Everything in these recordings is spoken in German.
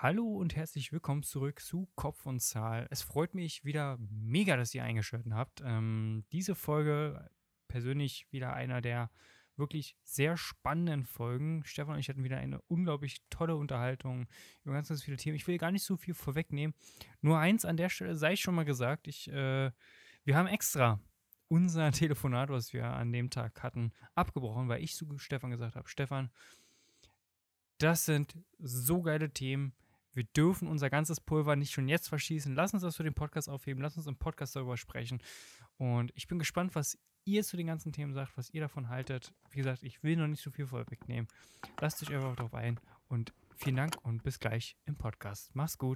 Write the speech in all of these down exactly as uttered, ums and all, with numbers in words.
Hallo und herzlich willkommen zurück zu Kopf und Zahl. Es freut mich wieder mega, dass ihr eingeschaltet habt. Ähm, diese Folge persönlich wieder einer der wirklich sehr spannenden Folgen. Stefan und ich hatten wieder eine unglaublich tolle Unterhaltung über ganz, ganz viele Themen. Ich will gar nicht so viel vorwegnehmen. Nur eins an der Stelle sei schon mal gesagt. Ich, äh, wir haben extra unser Telefonat, was wir an dem Tag hatten, abgebrochen, weil ich zu Stefan gesagt habe, Stefan, das sind so geile Themen. Wir dürfen unser ganzes Pulver nicht schon jetzt verschießen. Lass uns das für den Podcast aufheben. Lass uns im Podcast darüber sprechen. Und ich bin gespannt, was ihr zu den ganzen Themen sagt, was ihr davon haltet. Wie gesagt, ich will noch nicht so viel vorwegnehmen. Lasst euch einfach darauf ein. Und vielen Dank und bis gleich im Podcast. Mach's gut.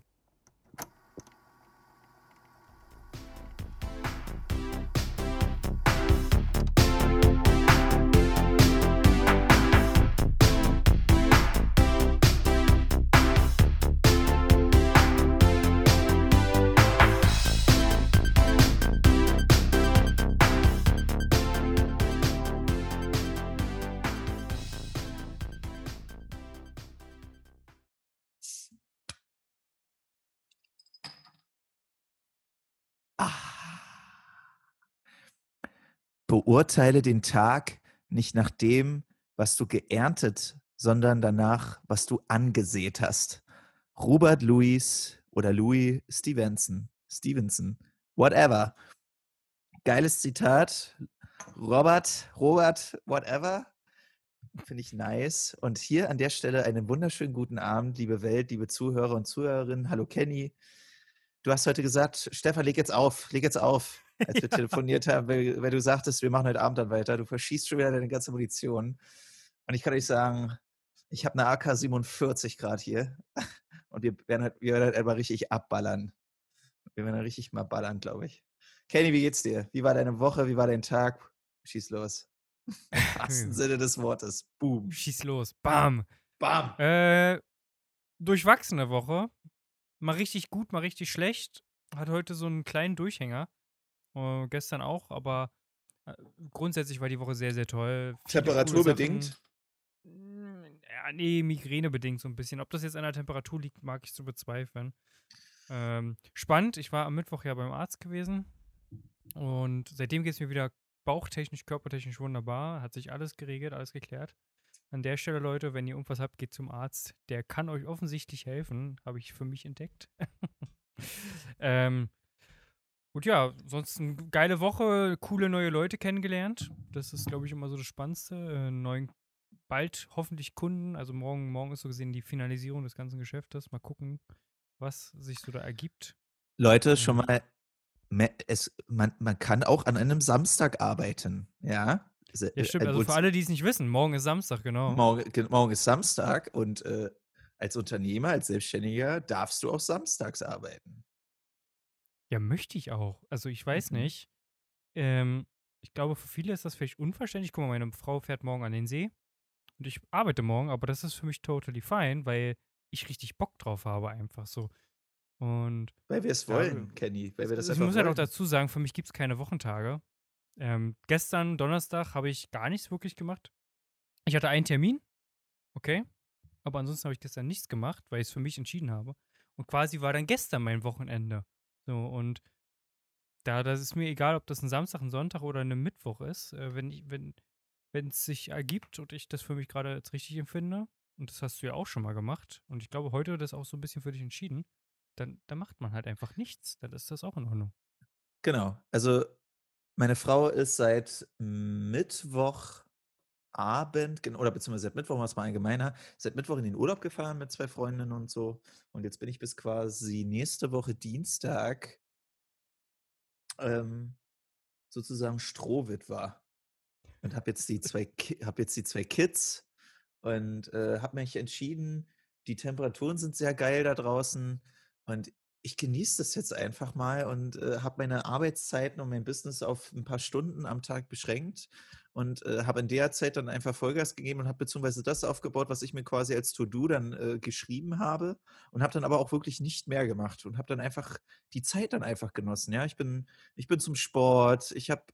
Ah. Beurteile den Tag nicht nach dem, was du geerntet, sondern danach, was du angesät hast. Robert Louis oder Louis Stevenson, Stevenson, whatever. Geiles Zitat. Robert, Robert, whatever. Finde ich nice. Und hier an der Stelle einen wunderschönen guten Abend, liebe Welt, liebe Zuhörer und Zuhörerinnen. Hallo Kenny. Du hast heute gesagt, Stefan, leg jetzt auf, leg jetzt auf, als wir Ja. telefoniert haben, weil, weil du sagtest, wir machen heute Abend dann weiter. Du verschießt schon wieder deine ganze Munition. Und ich kann euch sagen, ich habe eine A K siebenundvierzig Grad hier und wir werden halt, wir werden halt einfach richtig abballern. Wir werden halt richtig mal ballern, glaube ich. Kenny, wie geht's dir? Wie war deine Woche? Wie war dein Tag? Schieß los. Im wahrsten Sinne des Wortes. Boom. Schieß los. Bam. Bam. Äh, durchwachsene Woche. Mal richtig gut, mal richtig schlecht. Hat heute so einen kleinen Durchhänger. Äh, gestern auch, aber äh, grundsätzlich war die Woche sehr, sehr toll. Viele coole Sachen. Temperaturbedingt? Mm, Ja, nee, migränebedingt so ein bisschen. Ob das jetzt an der Temperatur liegt, mag ich zu bezweifeln. Ähm, spannend, ich war am Mittwoch ja beim Arzt gewesen und seitdem geht es mir wieder bauchtechnisch, körpertechnisch wunderbar. Hat sich alles geregelt, alles geklärt. An der Stelle, Leute, wenn ihr irgendwas habt, geht zum Arzt. Der kann euch offensichtlich helfen, habe ich für mich entdeckt. ähm, und ja, sonst eine geile Woche, coole neue Leute kennengelernt. Das ist, glaube ich, immer so das Spannendste. Äh, neuen, bald hoffentlich Kunden. Also morgen, morgen ist so gesehen die Finalisierung des ganzen Geschäftes. Mal gucken, was sich so da ergibt. Leute, schon Und mal, me- es, man, man kann auch an einem Samstag arbeiten, ja. Se- ja, äh, stimmt. äh, Also für und alle, die es nicht wissen, morgen ist Samstag, genau. morgen, ge- morgen ist Samstag und äh, als Unternehmer, als Selbstständiger darfst du auch samstags arbeiten. Ja, möchte ich auch. Also ich weiß Mhm. nicht. Ähm, ich glaube, für viele ist das vielleicht unverständlich. Guck mal, meine Frau fährt morgen an den See und ich arbeite morgen, aber das ist für mich totally fine, weil ich richtig Bock drauf habe, einfach so. Und Weil wir es ja, wollen, Kenny, weil wir das also ich einfach muss halt auch wollen. dazu sagen, für mich gibt es keine Wochentage. Ähm, gestern, Donnerstag, habe ich gar nichts wirklich gemacht. Ich hatte einen Termin, okay, aber ansonsten habe ich gestern nichts gemacht, weil ich es für mich entschieden habe. Und quasi war dann gestern mein Wochenende. So, und da das ist mir egal, ob das ein Samstag, ein Sonntag oder ein Mittwoch ist, äh, wenn ich, wenn, wenn es sich ergibt und ich das für mich gerade als richtig empfinde, und das hast du ja auch schon mal gemacht, und ich glaube, heute das auch so ein bisschen für dich entschieden, dann, dann macht man halt einfach nichts. Dann ist das auch in Ordnung. Genau. Also meine Frau ist seit Mittwochabend, gen- oder beziehungsweise seit Mittwoch, was mal allgemeiner, seit Mittwoch in den Urlaub gefahren mit zwei Freundinnen und so. Und jetzt bin ich bis quasi nächste Woche Dienstag ähm, sozusagen Strohwitwer. Und habe jetzt die zwei Ki habe jetzt die zwei Kids und, äh, habe mich entschieden, die Temperaturen sind sehr geil da draußen und ich genieße das jetzt einfach mal und, äh, habe meine Arbeitszeiten und mein Business auf ein paar Stunden am Tag beschränkt und, äh, habe in der Zeit dann einfach Vollgas gegeben und habe beziehungsweise das aufgebaut, was ich mir quasi als To-do dann, äh, geschrieben habe und habe dann aber auch wirklich nicht mehr gemacht und habe dann einfach die Zeit dann einfach genossen, ja? Ich bin ich bin zum Sport, ich habe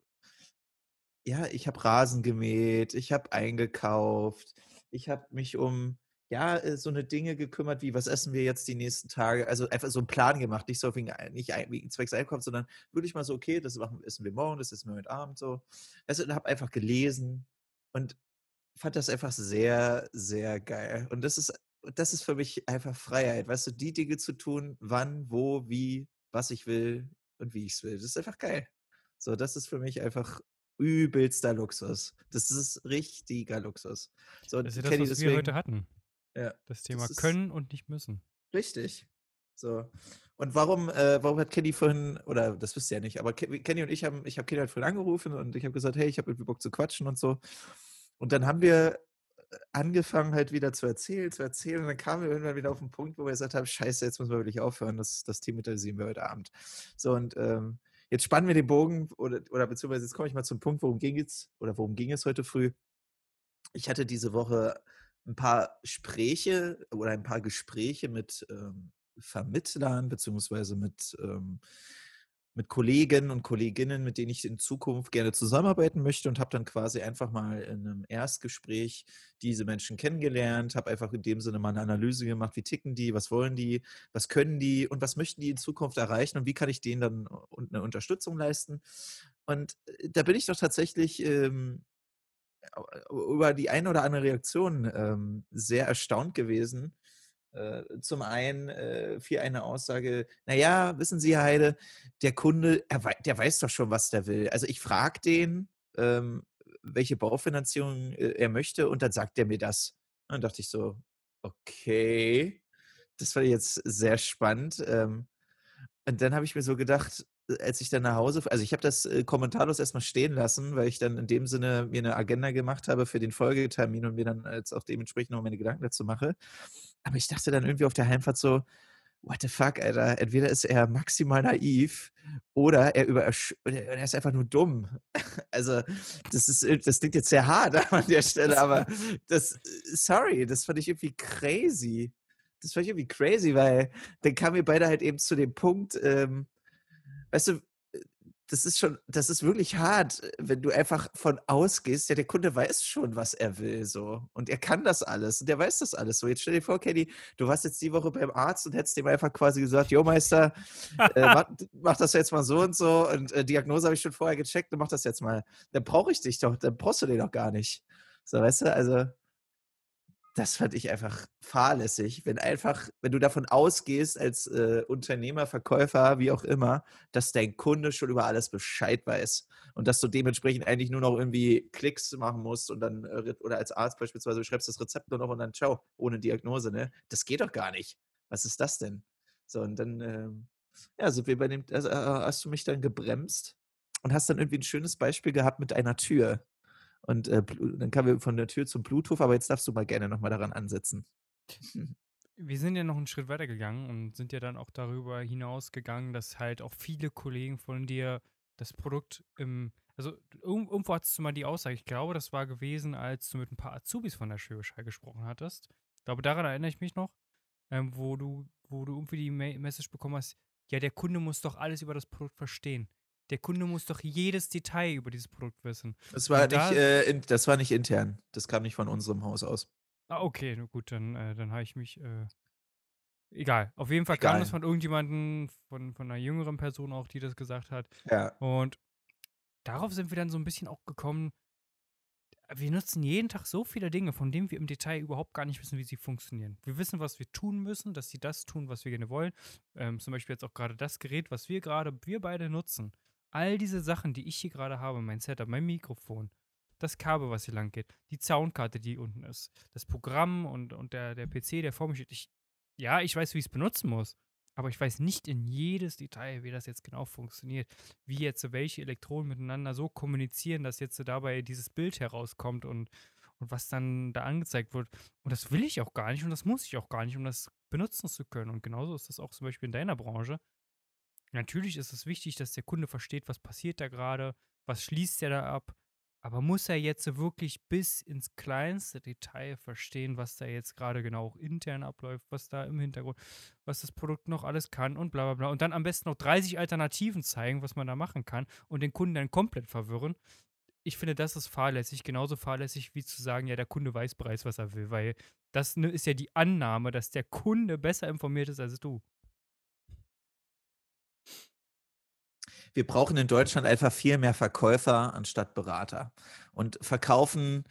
ja, ich habe Rasen gemäht, ich habe eingekauft, ich habe mich um ja, äh, so eine Dinge gekümmert wie: „Was essen wir jetzt die nächsten Tage?“ Also, einfach so 'n Plan gemacht, nicht so wegen ei nicht ei wegen zwecks Einkauf, sondern wirklich mal so: „Okay, das machen essen wir morgen, das essen wir heute Abend“, so. Weißt du, und habe einfach gelesen und fand das einfach sehr, sehr geil. Und das ist das ist für mich einfach Freiheit, weißt du, die Dinge zu tun, wann, wo, wie, was ich will und wie ich's will. Das ist einfach geil. So, das ist für mich einfach übelster Luxus. Das ist richtiger Luxus. So, Das ist ja und das, Kenny, was wir heute deswegen hatten. ja, Das Thema das ist können und nicht müssen. richtig. So. Und warum äh, warum hat Kenny vorhin oder das wisst ihr ja nicht, aber Ke Kenny und ich haben ich habe Kenny halt vorhin angerufen und ich habe gesagt: „Hey, ich habe irgendwie Bock zu quatschen“ und so. Und dann haben wir angefangen halt wieder zu erzählen, zu erzählen und dann kamen wir irgendwann wieder auf 'n Punkt, wo wir gesagt haben: „Scheiße, jetzt müssen wir wirklich aufhören, das das thematisieren wir heute Abend.“ So und, ähm, jetzt spannen wir den Bogen oder oder beziehungsweise jetzt komme ich mal zum Punkt, worum ging es oder worum ging es heute früh? Ich hatte diese Woche ein paar Spräche oder ein paar Gespräche mit, ähm, Vermittlern beziehungsweise mit, ähm mit Kollegen und Kolleginnen, mit denen ich in Zukunft gerne zusammenarbeiten möchte und habe dann quasi einfach mal in einem Erstgespräch diese Menschen kennengelernt, habe einfach in dem Sinne mal eine Analyse gemacht: Wie ticken die? Was wollen die? Was können die? Und was möchten die in Zukunft erreichen? Und wie kann ich denen dann und 'ne Unterstützung leisten? Und, äh, da bin ich doch tatsächlich, ähm über die eine oder andere Reaktion, ähm, sehr erstaunt gewesen. Äh, zum einen, äh, fiel eine Aussage: „Na ja, wissen Sie, Herr Heide, der Kunde, er wei der weiß doch schon, was der will. Also, ich frage den, ähm, welche Baufinanzierung, äh, er möchte und dann sagt der mir das.“ Und dann dachte ich so: „Okay, das war jetzt sehr spannend.“ Ähm, und dann habe ich mir so gedacht, äh, als ich dann nach Hause also, ich habe das, äh, kommentarlos erst mal stehen lassen, weil ich dann in dem Sinne mir 'ne Agenda gemacht habe für den Folgetermin und mir dann jetzt auch dementsprechend noch meine Gedanken dazu mache. Aber ich dachte dann irgendwie auf der Heimfahrt so: „What the fuck, Alter?“ Entweder ist er maximal naiv oder er übersch oder er ist einfach nur dumm. Also, das ist äh, das klingt jetzt sehr hart an der Stelle, aber das äh, sorry, das fand ich irgendwie crazy. Das fand ich irgendwie crazy, weil dann kamen wir beide halt eben zu dem Punkt, ähm, weißt du, äh, das ist schon das ist wirklich hart, äh, wenn du einfach von ausgehst, ja, der Kunde weiß schon, was er will so und er kann das alles und der weiß das alles so. Jetzt stell dir vor, Kenny, du warst jetzt die Woche beim Arzt und hättest dem einfach quasi gesagt: „Jo Meister, äh, mach mach das jetzt mal so und so und, äh, Diagnose habe ich schon vorher gecheckt und mach das jetzt mal.“ Dann brauche ich dich doch dann brauchst du den doch gar nicht. So, weißt du? Also das fand ich einfach fahrlässig, wenn einfach wenn du davon ausgehst als, äh, Unternehmer, Verkäufer, wie auch immer, dass dein Kunde schon über alles Bescheid weiß und dass du dementsprechend eigentlich nur noch irgendwie Klicks machen musst und dann, äh, Re oder als Arzt beispielsweise, du schreibst das Rezept nur noch und dann ciao, ohne Diagnose, ne? Das geht doch gar nicht. Was ist das denn? So und dann, ähm, ja, sind wir bei dem also, äh, hast du mich dann gebremst und hast dann irgendwie 'n schönes Beispiel gehabt mit einer Tür. Und, äh, Blu dann kamen wir von der Tür zum Bluetooth, aber jetzt darfst du mal gerne noch mal daran ansetzen. Wir sind ja noch einen Schritt weiter gegangen und sind ja dann auch darüber hinausgegangen, dass halt auch viele Kollegen von dir das Produkt im also, irgend irgendwo hattest du mal die Aussage, ich glaube, das war gewesen, als du mit ein paar Azubis von der Schwäbisch gesprochen hattest. Ich glaube, daran erinnere ich mich noch, ähm, wo du wo du irgendwie die Me Message bekommen hast: „Ja, der Kunde muss doch alles über das Produkt verstehen. Der Kunde muss doch jedes Detail über dieses Produkt wissen.“ Das war Und nicht, da äh, in das war nicht intern. Das kam nicht von unserem Haus aus. ah, okay, na gut, dann äh, dann habe ich mich, äh egal. Auf jeden Fall kam das Egal. von irgendjemandem, von von 'ner jüngeren Person auch, die das gesagt hat. Ja. Und darauf sind wir dann so ein bisschen auch gekommen, wir nutzen jeden Tag so viele Dinge, von denen wir im Detail überhaupt gar nicht wissen, wie sie funktionieren. Wir wissen, was wir tun müssen, dass sie das tun, was wir gerne wollen. Ähm, zum Beispiel jetzt auch gerade das Gerät, was wir gerade wir beide nutzen. All diese Sachen, die ich hier gerade habe, mein Setup, mein Mikrofon, das Kabel, was hier lang geht, die Soundkarte, die unten ist, das Programm und und der der P C, der vor mir steht. Ich ja, ich weiß, wie ich's benutzen muss, aber ich weiß nicht in jedes Detail, wie das jetzt genau funktioniert, wie jetzt so welche Elektronen miteinander so kommunizieren, dass jetzt so dabei dieses Bild herauskommt und, und was dann da angezeigt wird. Und das will ich auch gar nicht und das muss ich auch gar nicht, um das benutzen zu können. Und genauso ist das auch zum Beispiel in deiner Branche. Natürlich ist es wichtig, dass der Kunde versteht, was passiert da gerade, was schließt er da ab. Aber muss er jetzt so wirklich bis ins kleinste Detail verstehen, was da jetzt gerade genau auch intern abläuft, was da im Hintergrund, was das Produkt noch alles kann und bla bla bla. Und dann am besten noch dreißig Alternativen zeigen, was man da machen kann und den Kunden dann komplett verwirren. Ich finde, das ist fahrlässig, genauso fahrlässig wie zu sagen, ja, der Kunde weiß bereits, was er will, weil Das, ne, ist ja die Annahme, dass der Kunde besser informiert ist als du. Wir brauchen in Deutschland einfach viel mehr Verkäufer anstatt Berater. Und verkaufen,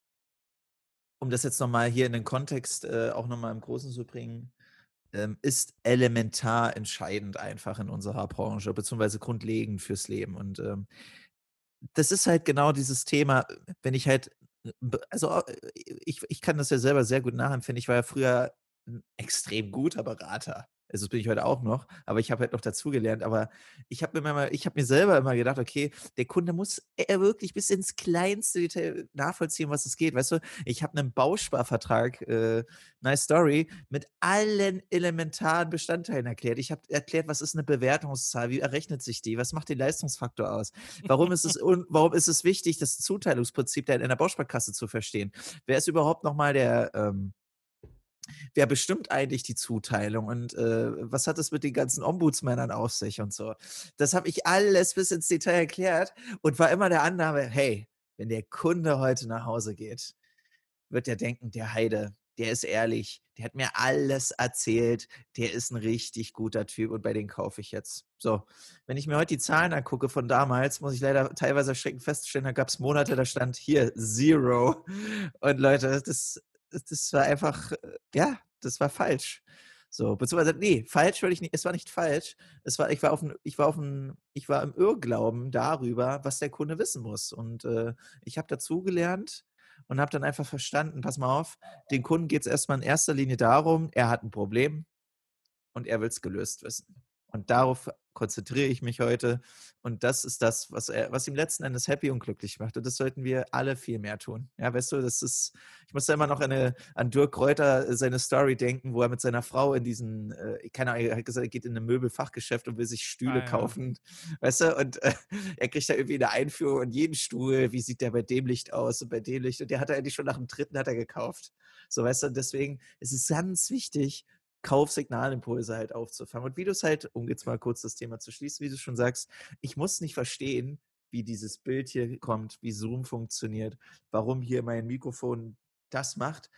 um das jetzt noch mal hier in den Kontext, äh, auch noch mal im Großen zu bringen, ähm, ist elementar entscheidend einfach in unserer Branche, beziehungsweise grundlegend fürs Leben. Und, ähm, das ist halt genau dieses Thema, wenn ich halt äh, b also, äh, ich ich kann das ja selber sehr gut nachempfinden. Ich war ja früher 'n extrem guter Berater. Also, das bin ich heute auch noch, aber ich habe halt noch dazugelernt. Aber ich habe mir immer ich habe mir selber immer gedacht: „Okay, der Kunde muss, äh, wirklich bis ins kleinste Detail nachvollziehen, was es geht." Weißt du, ich habe 'nen Bausparvertrag, äh, nice Story, mit allen elementaren Bestandteilen erklärt. Ich habe erklärt, was ist 'ne Bewertungszahl, wie errechnet sich die, was macht den Leistungsfaktor aus? Warum ist es un warum ist es wichtig, das Zuteilungsprinzip da in der Bausparkasse zu verstehen? Wer ist überhaupt noch mal der, ähm wer bestimmt eigentlich die Zuteilung und, äh, was hat es mit den ganzen Ombudsmännern auf sich und so? Das habe ich alles bis ins Detail erklärt und war immer der Annahme: „Hey, wenn der Kunde heute nach Hause geht, wird der denken, der Heide, der ist ehrlich, der hat mir alles erzählt, der ist 'n richtig guter Typ und bei dem kaufe ich jetzt." So, wenn ich mir heute die Zahlen angucke von damals, muss ich leider teilweise erschreckend feststellen, da gab's Monate, da stand hier Zero. Und Leute, das das war einfach, äh ja, das war falsch. So, beziehungsweise ne, falsch würde ich nicht es war nicht falsch. Es war ich war auf'm ich war auf'm ich war im Irrglauben darüber, was der Kunde wissen muss. Und, äh, ich habe dazugelernt und habe dann einfach verstanden: „Pass mal auf, dem Kunden geht's erst mal in erster Linie darum, er hat 'n Problem und er will's gelöst wissen." Und darauf konzentriere ich mich heute. Und das ist das, was er was ihn letzten Endes happy und glücklich macht. Und das sollten wir alle viel mehr tun. Ja, weißt du, das ist ich muss da immer noch an 'ne an Dirk Kräuter, äh, seine Story denken, wo er mit seiner Frau in diesen, äh keine Ahnung, er hat gesagt, er geht in 'ne Möbelfachgeschäft und will sich Ah Stühle ja. kaufen, weißt du? Und, äh, er kriegt da irgendwie 'ne Einführung in jeden Stuhl. Wie sieht der bei dem Licht aus und bei dem Licht? Und der hat er eigentlich schon nach dem dritten hat er gekauft. So, weißt du? Und deswegen ist es ganz wichtig, Kaufsignalimpulse halt aufzufangen. Und wie du's halt, um jetzt mal kurz das Thema zu schließen, wie du schon sagst, ich muss nicht verstehen, wie dieses Bild hier kommt, wie Zoom funktioniert, warum hier mein Mikrofon das macht.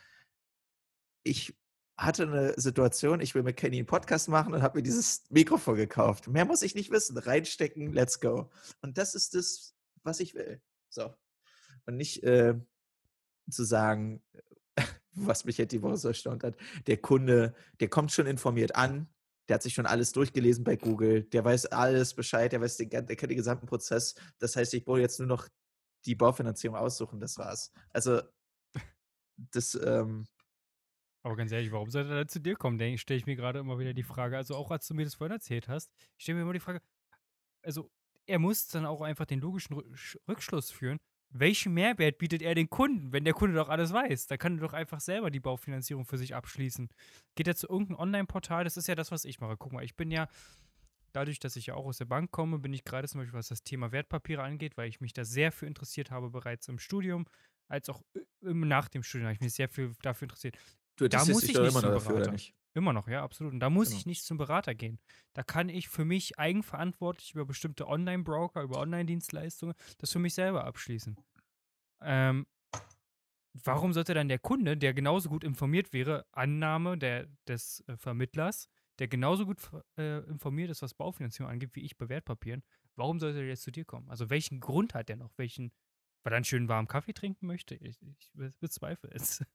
Ich hatte 'ne Situation, ich will mit Kenny 'n Podcast machen und habe mir dieses Mikrofon gekauft. Mehr muss ich nicht wissen. Reinstecken, let's go. Und das ist das, was ich will. So. Und nicht, äh, zu sagen, was mich halt die Woche so erstaunt hat, der Kunde, der kommt schon informiert an, der hat sich schon alles durchgelesen bei Google, der weiß alles Bescheid, der weiß den gan der kennt den gesamten Prozess. Das heißt, ich brauche jetzt nur noch die Baufinanzierung aussuchen, das war's. Also das, ähm Aber ganz ehrlich, warum sollte er dann zu dir kommen? Denke stelle ich mir gerade immer wieder die Frage. Also, auch als du mir das vorhin erzählt hast, ich stelle mir immer die Frage also, er muss dann auch einfach den logischen Rü sch Rückschluss führen, welchen Mehrwert bietet er den Kunden, wenn der Kunde doch alles weiß? Da kann er doch einfach selber die Baufinanzierung für sich abschließen. Geht er zu irgend 'n Onlineportal? Das ist ja das, was ich mache. Guck mal, ich bin ja dadurch, dass ich ja auch aus der Bank komme, bin ich grade zum Beispiel, was das Thema Wertpapiere angeht, weil ich mich da sehr für interessiert habe bereits im Studium, als auch ü im nach dem Studium habe ich mich sehr viel dafür interessiert. Du Da interessierst muss dich ich doch nicht immer noch zum dafür, oder Berater. nicht? Immer noch, ja, absolut. Und da muss Genau. ich nicht zum Berater gehen. Da kann ich für mich eigenverantwortlich über bestimmte Online-Broker, über Online-Dienstleistungen das für mich selber abschließen. Ähm warum sollte dann der Kunde, der genauso gut informiert wäre Annahme der des, äh, Vermittlers, der genauso gut v äh, informiert ist, was Baufinanzierung angeht, wie ich bei Wertpapieren, warum sollte der jetzt zu dir kommen? Also, welchen Grund hat der noch? Welchen weil er 'n schönen warmen Kaffee trinken möchte? Ich ich be bezweifle es.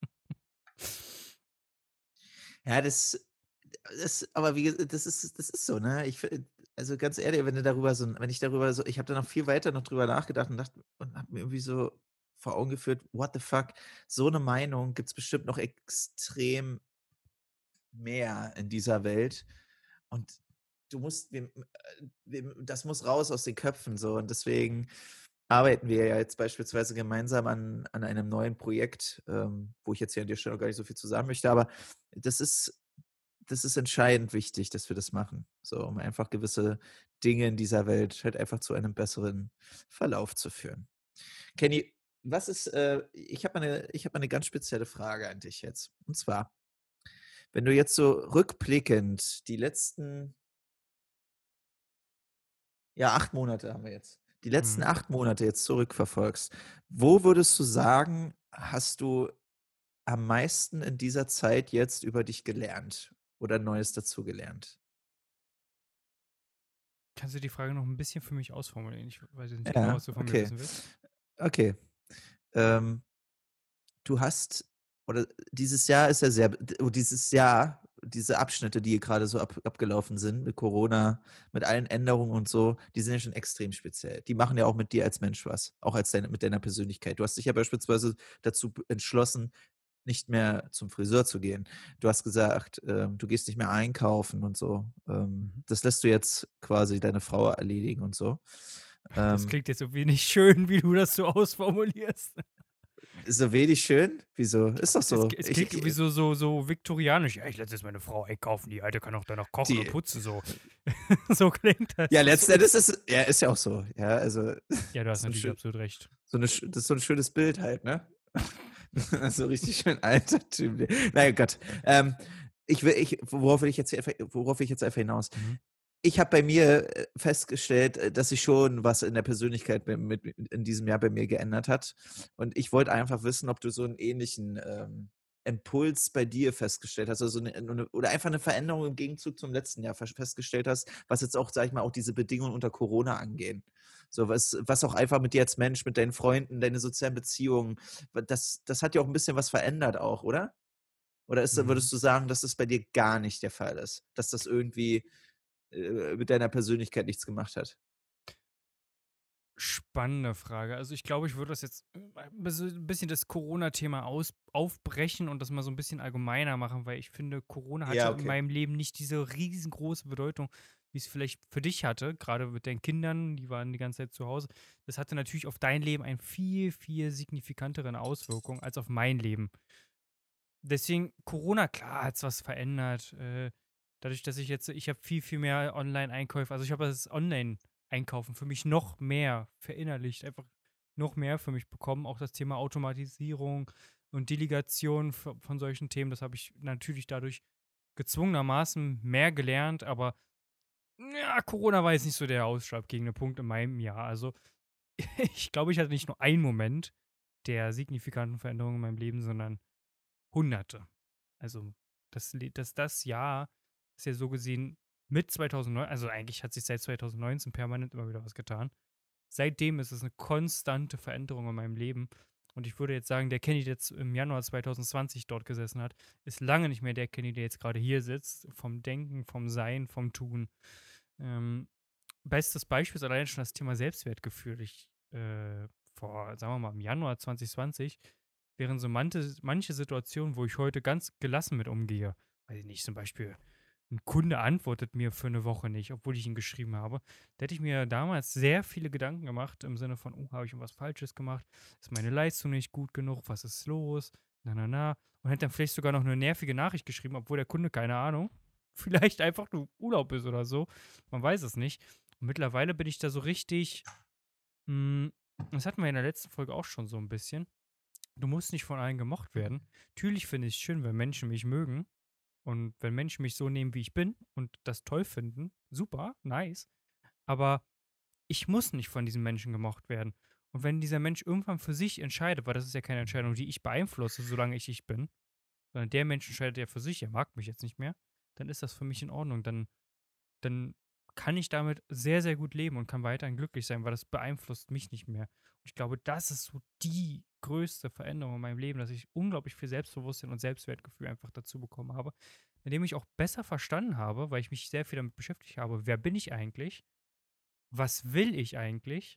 Ja, das das aber wie ge das ist das ist so, ne? Ich fi also, ganz ehrlich, wenn du darüber so 'n wenn ich darüber so ich habe da noch viel weiter noch drüber nachgedacht und dachte und habe mir irgendwie so vor Augen geführt: „What the fuck?" So 'ne Meinung gibt's bestimmt noch extrem mehr in dieser Welt. Und du musst wem äh, wem das muss raus aus den Köpfen so. Und deswegen arbeiten wir ja jetzt beispielsweise gemeinsam an an einem neuen Projekt, ähm, wo ich jetzt hier an der Stelle noch gar nicht so viel zu sagen möchte. Aber das ist das ist entscheidend wichtig, dass wir das machen, so, um einfach gewisse Dinge in dieser Welt halt einfach zu einem besseren Verlauf zu führen. Kenny, was ist, äh ich habe mal 'ne ich habe mal 'ne ganz spezielle Frage an dich jetzt. Und zwar wenn du jetzt so rückblickend die letzten ja, acht Monate haben wir jetzt. Die letzten Mhm. acht Monate jetzt zurückverfolgst, wo würdest du sagen, hast du am meisten in dieser Zeit jetzt über dich gelernt oder Neues dazugelernt? Kannst du die Frage noch ein bisschen für mich ausformulieren? Ich weiß jetzt nicht genau, Ja, was du von mir okay. wissen willst. Okay. Ähm, du hast oder dieses Jahr ist ja sehr d oh, dieses Jahr, diese Abschnitte, die gerade so ab abgelaufen sind mit Corona, mit allen Änderungen und so, die sind ja schon extrem speziell. Die machen ja auch mit dir als Mensch was, auch als deine mit deiner Persönlichkeit. Du hast dich ja beispielsweise dazu b entschlossen, nicht mehr zum Friseur zu gehen. Du hast gesagt, ähm, du gehst nicht mehr einkaufen und so. Ähm, Mhm. das lässt du jetzt quasi deine Frau erledigen und so. Das Ähm, klingt jetzt irgendwie nicht schön, wie du das so ausformulierst. so wenig schön? Wieso? Ist doch Es, es, so. es Ich klingt irgendwie ich so, so, so viktorianisch. Ja, ich lasse jetzt meine Frau einkaufen, die Alte kann auch danach kochen und die putzen. So, so klingt das. ja, So letzten Endes ist. ist ja, ist ja auch so. Ja, also, Ja, du hast so 'n natürlich schön absolut recht. so 'ne sch das ist so 'n schönes Bild halt, ne? So richtig schön altertümlich. Na ja, Gott. Ähm, ich will ich worauf will ich jetzt hier worauf will ich jetzt einfach hinaus? Mhm. Ich habe bei mir, äh, festgestellt, äh, dass sich schon was in der Persönlichkeit bei mit in diesem Jahr bei mir geändert hat. Und ich wollte einfach wissen, ob du so 'n ähnlichen, ähm, Impuls bei dir festgestellt hast, also 'ne 'ne oder einfach 'ne Veränderung im Gegenzug zum letzten Jahr fest festgestellt hast, was jetzt auch, sage ich mal, auch diese Bedingungen unter Corona angehen. So was was auch einfach mit dir als Mensch, mit deinen Freunden, deine sozialen Beziehungen, w das das hat ja auch 'n bisschen was verändert auch, oder? Oder ist Mhm. würdest du sagen, dass das bei dir gar nicht der Fall ist, dass das irgendwie äh, mit deiner Persönlichkeit nichts gemacht hat? Spannende Frage. Also ich glaube, ich würde das jetzt ein bisschen das Corona-Thema aus aufbrechen und das mal so ein bisschen allgemeiner machen, weil ich finde, Corona Ja, hatte in okay. meinem Leben nicht diese riesengroße Bedeutung, wie es vielleicht für dich hatte, gerade mit deinen Kindern, die waren die ganze Zeit zu Hause. Das hatte natürlich auf dein Leben eine viel, viel signifikanteren Auswirkung als auf mein Leben. Deswegen, Corona, klar, hat es was verändert. Äh, dadurch, dass ich jetzt ich habe viel, viel mehr Online-Einkäufe, also, ich habe das Online-Einkaufen für mich noch mehr verinnerlicht, einfach noch mehr für mich bekommen. Auch das Thema Automatisierung und Delegation v von solchen Themen, das habe ich natürlich dadurch gezwungenermaßen mehr gelernt, aber ja, Corona war jetzt nicht so der ausschlaggebende Punkt in meinem Jahr. Also, ich glaube, ich hatte nicht nur einen Moment der signifikanten Veränderung in meinem Leben, sondern Hunderte. Also, das Le das das Jahr ist ja so gesehen mit zweitausendneun, also, eigentlich hat sich seit zweitausendneunzehn permanent immer wieder was getan. Seitdem ist es eine konstante Veränderung in meinem Leben und ich würde jetzt sagen, der Kenny, der jetzt im Januar zweitausendzwanzig dort gesessen hat, ist lange nicht mehr der Kenny, der jetzt gerade hier sitzt, vom Denken, vom Sein, vom Tun. Ähm, bestes Beispiel ist allein schon das Thema Selbstwertgefühl. Ich, äh, vor, sagen wir mal, im Januar zwanzig zwanzig wären so manche, manche Situationen, wo ich heute ganz gelassen mit umgehe. Weiß ich nicht, zum Beispiel, ein Kunde antwortet mir für eine Woche nicht, obwohl ich ihn geschrieben habe. Da hätte ich mir damals sehr viele Gedanken gemacht, im Sinne von, oh, habe ich irgendwas Falsches gemacht? Ist meine Leistung nicht gut genug? Was ist los? Na, na, na. Und hätte dann vielleicht sogar noch eine nervige Nachricht geschrieben, obwohl der Kunde, keine Ahnung, vielleicht einfach nur Urlaub ist oder so. Man weiß es nicht. Und mittlerweile bin ich da so richtig, mh, das hatten wir in der letzten Folge auch schon so ein bisschen. Du musst nicht von allen gemocht werden. Natürlich finde ich es schön, wenn Menschen mich mögen und wenn Menschen mich so nehmen, wie ich bin und das toll finden. Super, nice. Aber ich muss nicht von diesem Menschen gemocht werden. Und wenn dieser Mensch irgendwann für sich entscheidet, weil das ist ja keine Entscheidung, die ich beeinflusse, solange ich ich bin, sondern der Mensch entscheidet ja für sich, er mag mich jetzt nicht mehr, dann ist das für mich in Ordnung. Dann dann kann ich damit sehr, sehr gut leben und kann weiterhin glücklich sein, weil das beeinflusst mich nicht mehr. Und ich glaube, das ist so die größte Veränderung in meinem Leben, dass ich unglaublich viel Selbstbewusstsein und Selbstwertgefühl einfach dazu bekommen habe, indem ich auch besser verstanden habe, weil ich mich sehr viel damit beschäftigt habe, wer bin ich eigentlich, was will ich eigentlich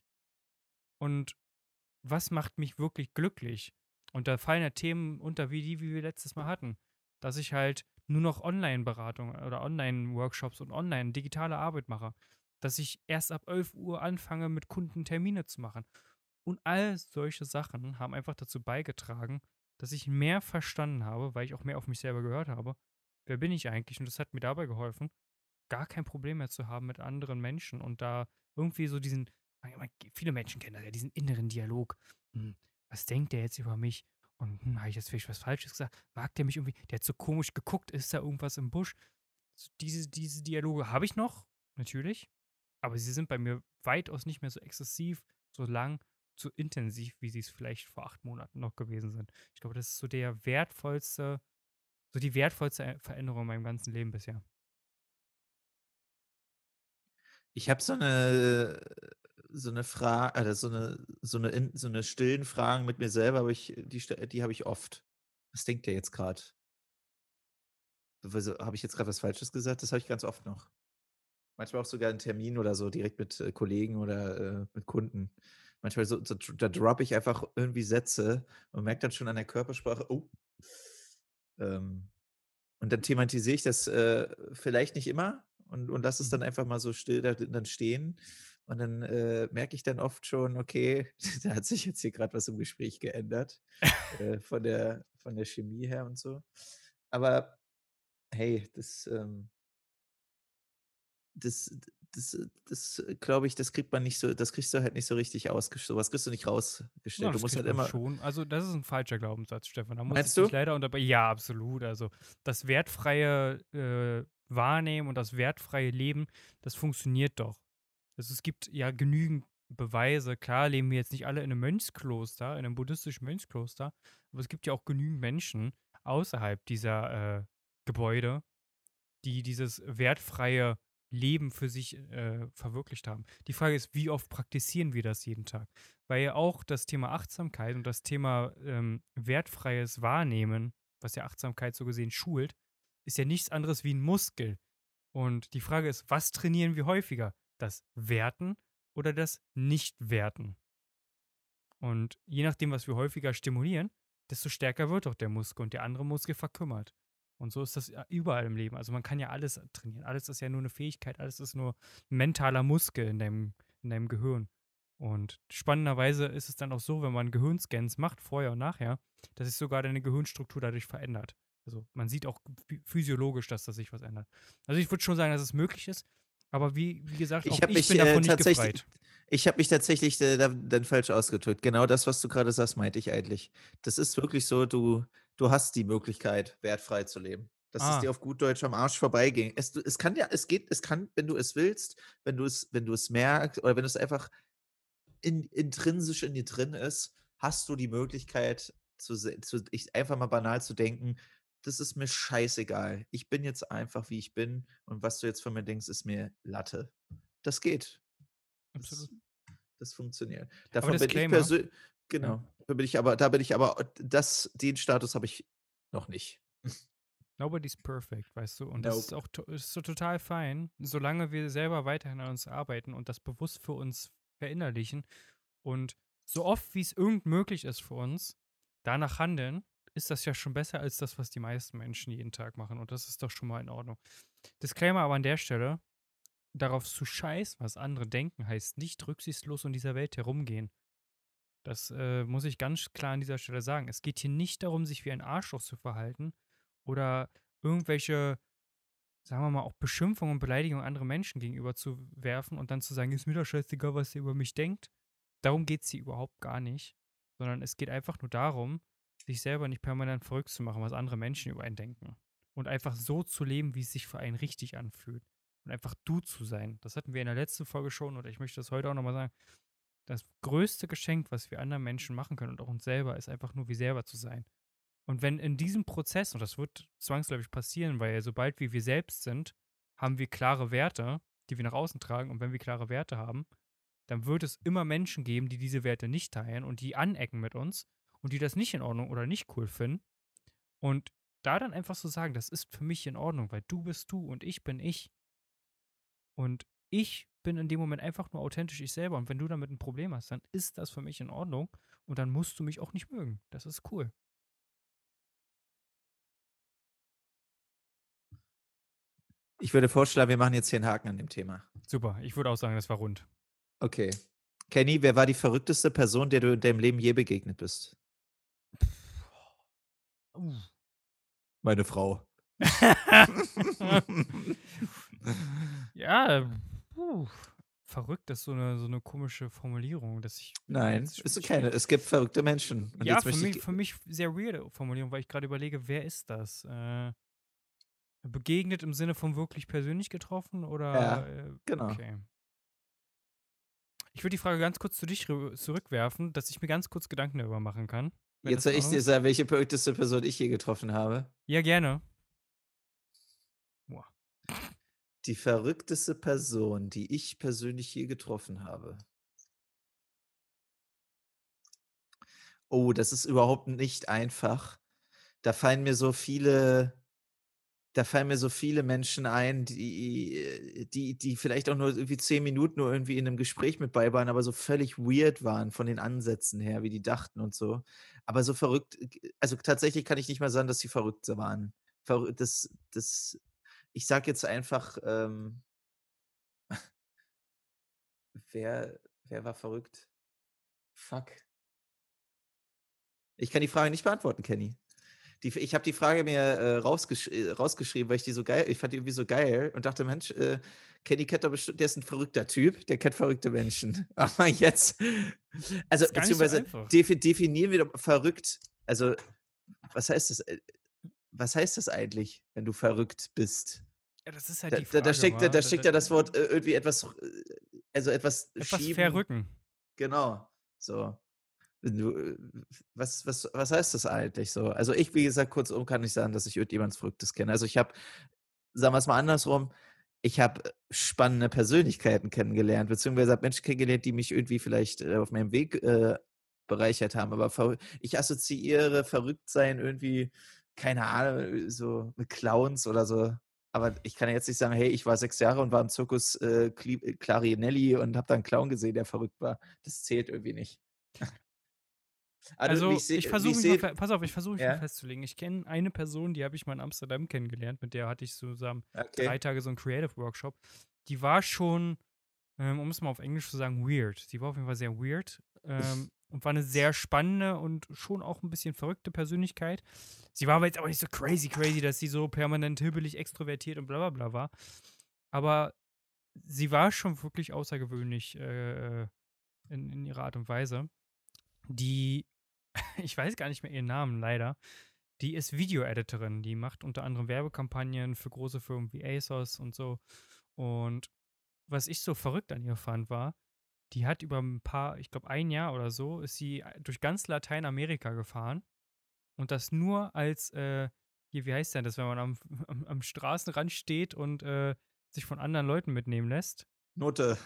und was macht mich wirklich glücklich? Und da fallen ja Themen unter, wie die, wie wir letztes Mal hatten. Dass ich halt nur noch Online-Beratung oder Online-Workshops und online digitale Arbeit mache. Dass ich erst ab elf Uhr anfange, mit Kunden Termine zu machen. Und all solche Sachen haben einfach dazu beigetragen, dass ich mehr verstanden habe, weil ich auch mehr auf mich selber gehört habe. Wer bin ich eigentlich? Und das hat mir dabei geholfen, gar kein Problem mehr zu haben mit anderen Menschen und da irgendwie so diesen, viele Menschen kennen das ja, diesen inneren Dialog. Hm, was denkt der jetzt über mich? Und hm, habe ich jetzt vielleicht was Falsches gesagt? Mag der mich irgendwie? Der hat so komisch geguckt, ist da irgendwas im Busch? So diese, diese Dialoge habe ich noch, natürlich, aber sie sind bei mir weitaus nicht mehr so exzessiv, so lang. so intensiv, wie sie es vielleicht vor acht Monaten noch gewesen sind. Ich glaube, das ist so der wertvollste, so die wertvollste Veränderung in meinem ganzen Leben bisher. Ich habe so eine so eine Frage, oder so eine so eine in so eine stillen Fragen mit mir selber, aber ich die st die habe ich oft. Was denkt ihr jetzt gerade? Habe ich jetzt gerade was Falsches gesagt? Das habe ich ganz oft noch. Manchmal auch sogar 'n Termin oder so direkt mit, äh, Kollegen oder, äh, mit Kunden. Manchmal so so da droppe ich einfach irgendwie Sätze und merke dann schon an der Körpersprache: „Oh." Ähm, und dann thematisiere ich das, äh, vielleicht nicht immer und und lasse es dann Mhm. einfach mal so still da dann stehen. Und dann, äh, merke ich dann oft schon: „Okay, da hat sich jetzt hier grad was im Gespräch geändert, äh, von der von der Chemie her und so." Aber hey, das, ähm Das das das, glaube ich, das kriegt man nicht so das kriegst du halt nicht so richtig ausgesch so was kriegst du nicht Ja, rausgestellt. Du das musst kriegt halt man immer schon. Also, das ist ein falscher Glaubenssatz, Stefan. Da muss ich meinst dich du? leider unterbrechen. Ja, absolut. Also, das wertfreie, äh, Wahrnehmen und das wertfreie Leben, das funktioniert doch. Also, es gibt ja genügend Beweise. Klar leben wir jetzt nicht alle in einem Mönchskloster, in einem buddhistischen Mönchskloster, aber es gibt ja auch genügend Menschen außerhalb dieser, äh, Gebäude, die dieses wertfreie Leben für sich äh, verwirklicht haben. Die Frage ist, wie oft praktizieren wir das jeden Tag? Weil ja auch das Thema Achtsamkeit und das Thema ähm, wertfreies Wahrnehmen, was ja Achtsamkeit so gesehen schult, ist ja nichts anderes wie ein Muskel. Und die Frage ist, was trainieren wir häufiger? Das Werten oder das Nicht-Werten? Und je nachdem, was wir häufiger stimulieren, desto stärker wird auch der Muskel und der andere Muskel verkümmert. Und so ist das ja überall im Leben. Also man kann ja alles trainieren. Alles ist ja nur eine Fähigkeit, alles ist nur ein mentaler Muskel in deinem, in deinem Gehirn. Und spannenderweise ist es dann auch so, wenn man Gehirnscans macht, vorher und nachher, dass sich sogar deine Gehirnstruktur dadurch verändert. Also man sieht auch physiologisch, dass da sich was ändert. Also ich würde schon sagen, dass es möglich ist. Aber wie, wie gesagt, Ich auch habe ich mich, bin äh, davon nicht tatsächlich gefreit. ich habe mich tatsächlich, äh, dann dann falsch ausgedrückt. Genau das, was du grade sagst, meinte ich eigentlich. Das ist wirklich so, du du hast die Möglichkeit, wertfrei zu leben. Dass es Ah, dir auf gut Deutsch am Arsch vorbeiging. Es du es kann ja es geht es kann, wenn du es willst, wenn du es wenn du es merkst oder wenn du es einfach in intrinsisch in dir drin ist, hast du die Möglichkeit zu se zu ich einfach mal banal zu denken: „Das ist mir scheißegal. Ich bin jetzt einfach, wie ich bin und was du jetzt von mir denkst, ist mir Latte." Das geht. absolut. Das das funktioniert. Aber Davon bin ich Disclaimer, persö ja. genau. Da bin ich aber da bin ich aber das den Status habe ich noch nicht. Nobody's perfect, weißt du? Und das ist Nope. auch to ist so total fein, solange wir selber weiterhin an uns arbeiten und das bewusst für uns verinnerlichen und so oft wie es irgend möglich ist für uns, danach handeln, ist das ja schon besser als das, was die meisten Menschen jeden Tag machen. Und das ist doch schon mal in Ordnung. Disclaimer aber an der Stelle, darauf zu scheißen, was andere denken, heißt nicht rücksichtslos in dieser Welt herumgehen. Das äh, muss ich ganz klar an dieser Stelle sagen. Es geht hier nicht darum, sich wie ein Arschloch zu verhalten oder irgendwelche, sagen wir mal, auch Beschimpfungen und Beleidigungen anderen Menschen gegenüber zu werfen und dann zu sagen, ist mir doch scheißegal, was ihr über mich denkt. Darum geht es hier überhaupt gar nicht. Sondern es geht einfach nur darum, sich selber nicht permanent verrückt zu machen, was andere Menschen über einen denken. Und einfach so zu leben, wie es sich für einen richtig anfühlt. Und einfach du zu sein. Das hatten wir in der letzten Folge schon, oder ich möchte das heute auch nochmal sagen. Das größte Geschenk, was wir anderen Menschen machen können und auch uns selber, ist einfach nur, wie selber zu sein. Und wenn in diesem Prozess, und das wird zwangsläufig passieren, weil sobald wir wir selbst sind, haben wir klare Werte, die wir nach außen tragen. Und wenn wir klare Werte haben, dann wird es immer Menschen geben, die diese Werte nicht teilen und die anecken mit uns und die das nicht in Ordnung oder nicht cool finden. Und da dann einfach so sagen, das ist für mich in Ordnung, weil du bist du und ich bin ich. Und ich bin in dem Moment einfach nur authentisch ich selber. Und wenn du damit ein Problem hast, dann ist das für mich in Ordnung. Und dann musst du mich auch nicht mögen. Das ist cool. Ich würde vorschlagen, wir machen jetzt hier 'n Haken an dem Thema. Super. Ich würde auch sagen, das war rund. Okay. Kenny, wer war die verrückteste Person, der du in deinem Leben je begegnet bist? Uh. Meine Frau. Ja, puh. Verrückt ist so eine, so eine komische Formulierung, dass ich Nein, jetzt bist du keine. schwierig. Es gibt verrückte Menschen. Und Ja, jetzt für möchte mich, ich für mich sehr weirde Formulierung, weil ich gerade überlege, wer ist das? Äh, begegnet im Sinne von wirklich persönlich getroffen oder ja, äh, genau. okay. Ich würde die Frage ganz kurz zu dich rü- zurückwerfen, dass ich mir ganz kurz Gedanken darüber machen kann. Wenn Jetzt das in soll ich Ordnung dir ist? sagen, welche verrückteste Person ich je getroffen habe. Ja, gerne. Boah. Die verrückteste Person, die ich persönlich je getroffen habe. Oh, das ist überhaupt nicht einfach. Da fallen mir so viele da fallen mir so viele Menschen ein, die äh, die die vielleicht auch nur irgendwie zehn Minuten nur irgendwie in 'nem Gespräch mit bei waren, aber so völlig weird waren von den Ansätzen her, wie die dachten und so. Aber so verrückt g also tatsächlich kann ich nicht mal sagen, dass sie verrückt waren. Verrü das das ich sage jetzt einfach, ähm wer wer war verrückt? Fuck. Ich kann die Frage nicht beantworten, Kenny. Die ich habe die Frage mir, äh, rausgesch äh, rausgeschrieben, weil ich die so geil ich fand die irgendwie so geil und dachte: „Mensch, äh, Kenny kennt doch bestimmt der ist 'n verrückter Typ, der kennt verrückte Menschen.“ Aber jetzt also, Ist gar nicht so beziehungsweise einfach. defi definieren wir doch verrückt. Also, was heißt das, äh was heißt das eigentlich, wenn du verrückt bist? Ja, das ist halt Da die da da Frage, steckt ja wa? da Da, da, steckt ja das Wort, äh, irgendwie etwas, äh also, etwas etwas schieben. verrücken. Genau, so. Wenn du, äh, was was was heißt das eigentlich so? Also, ich, wie gesagt, kurzum kann ich sagen, dass ich irgendjemand Verrücktes kenne. Also, ich habe sagen wir es mal andersrum, ich habe, äh, spannende Persönlichkeiten kennengelernt, beziehungsweise habe Menschen kennengelernt, die mich irgendwie vielleicht, äh, auf meinem Weg, äh, bereichert haben. Aber verrü ich assoziiere Verrücktsein irgendwie, keine Ahnung, äh, so mit Clowns oder so. Aber ich kann ja jetzt nicht sagen: „Hey, ich war sechs Jahre und war im Zirkus, äh, Cli äh, Clarinelli und habe da 'n Clown gesehen, der verrückt war.“ Das zählt irgendwie nicht. Also, wie Also, ich sehe ich wie versuche ich mich mal sehe fe pass auf, ich versuche mich mal ja, festzulegen. Ich kenne eine Person, die habe ich mal in Amsterdam kennengelernt, mit der hatte ich zusammen drei okay. Tage so 'n Creative Workshop. Die war schon, ähm, um es mal auf Englisch zu sagen, weird. Die war auf jeden Fall sehr weird, ähm, und war 'ne sehr spannende und schon auch 'n bisschen verrückte Persönlichkeit. Sie war aber jetzt auch nicht so crazy, crazy, dass sie so permanent hibbelig, extrovertiert und bla bla bla war. Aber sie war schon wirklich außergewöhnlich, äh, äh, in in ihrer Art und Weise. Die ich weiß gar nicht mehr ihren Namen leider. Die ist Video-Editorin. Die macht unter anderem Werbekampagnen für große Firmen wie ASOS und so. Und was ich so verrückt an ihr fand, war, die hat über ein paar, ich glaube ein Jahr oder so, ist sie durch ganz Lateinamerika gefahren und das nur als, äh, hier, wie heißt denn das, wenn man am, am, am Straßenrand steht und äh, sich von anderen Leuten mitnehmen lässt? Note.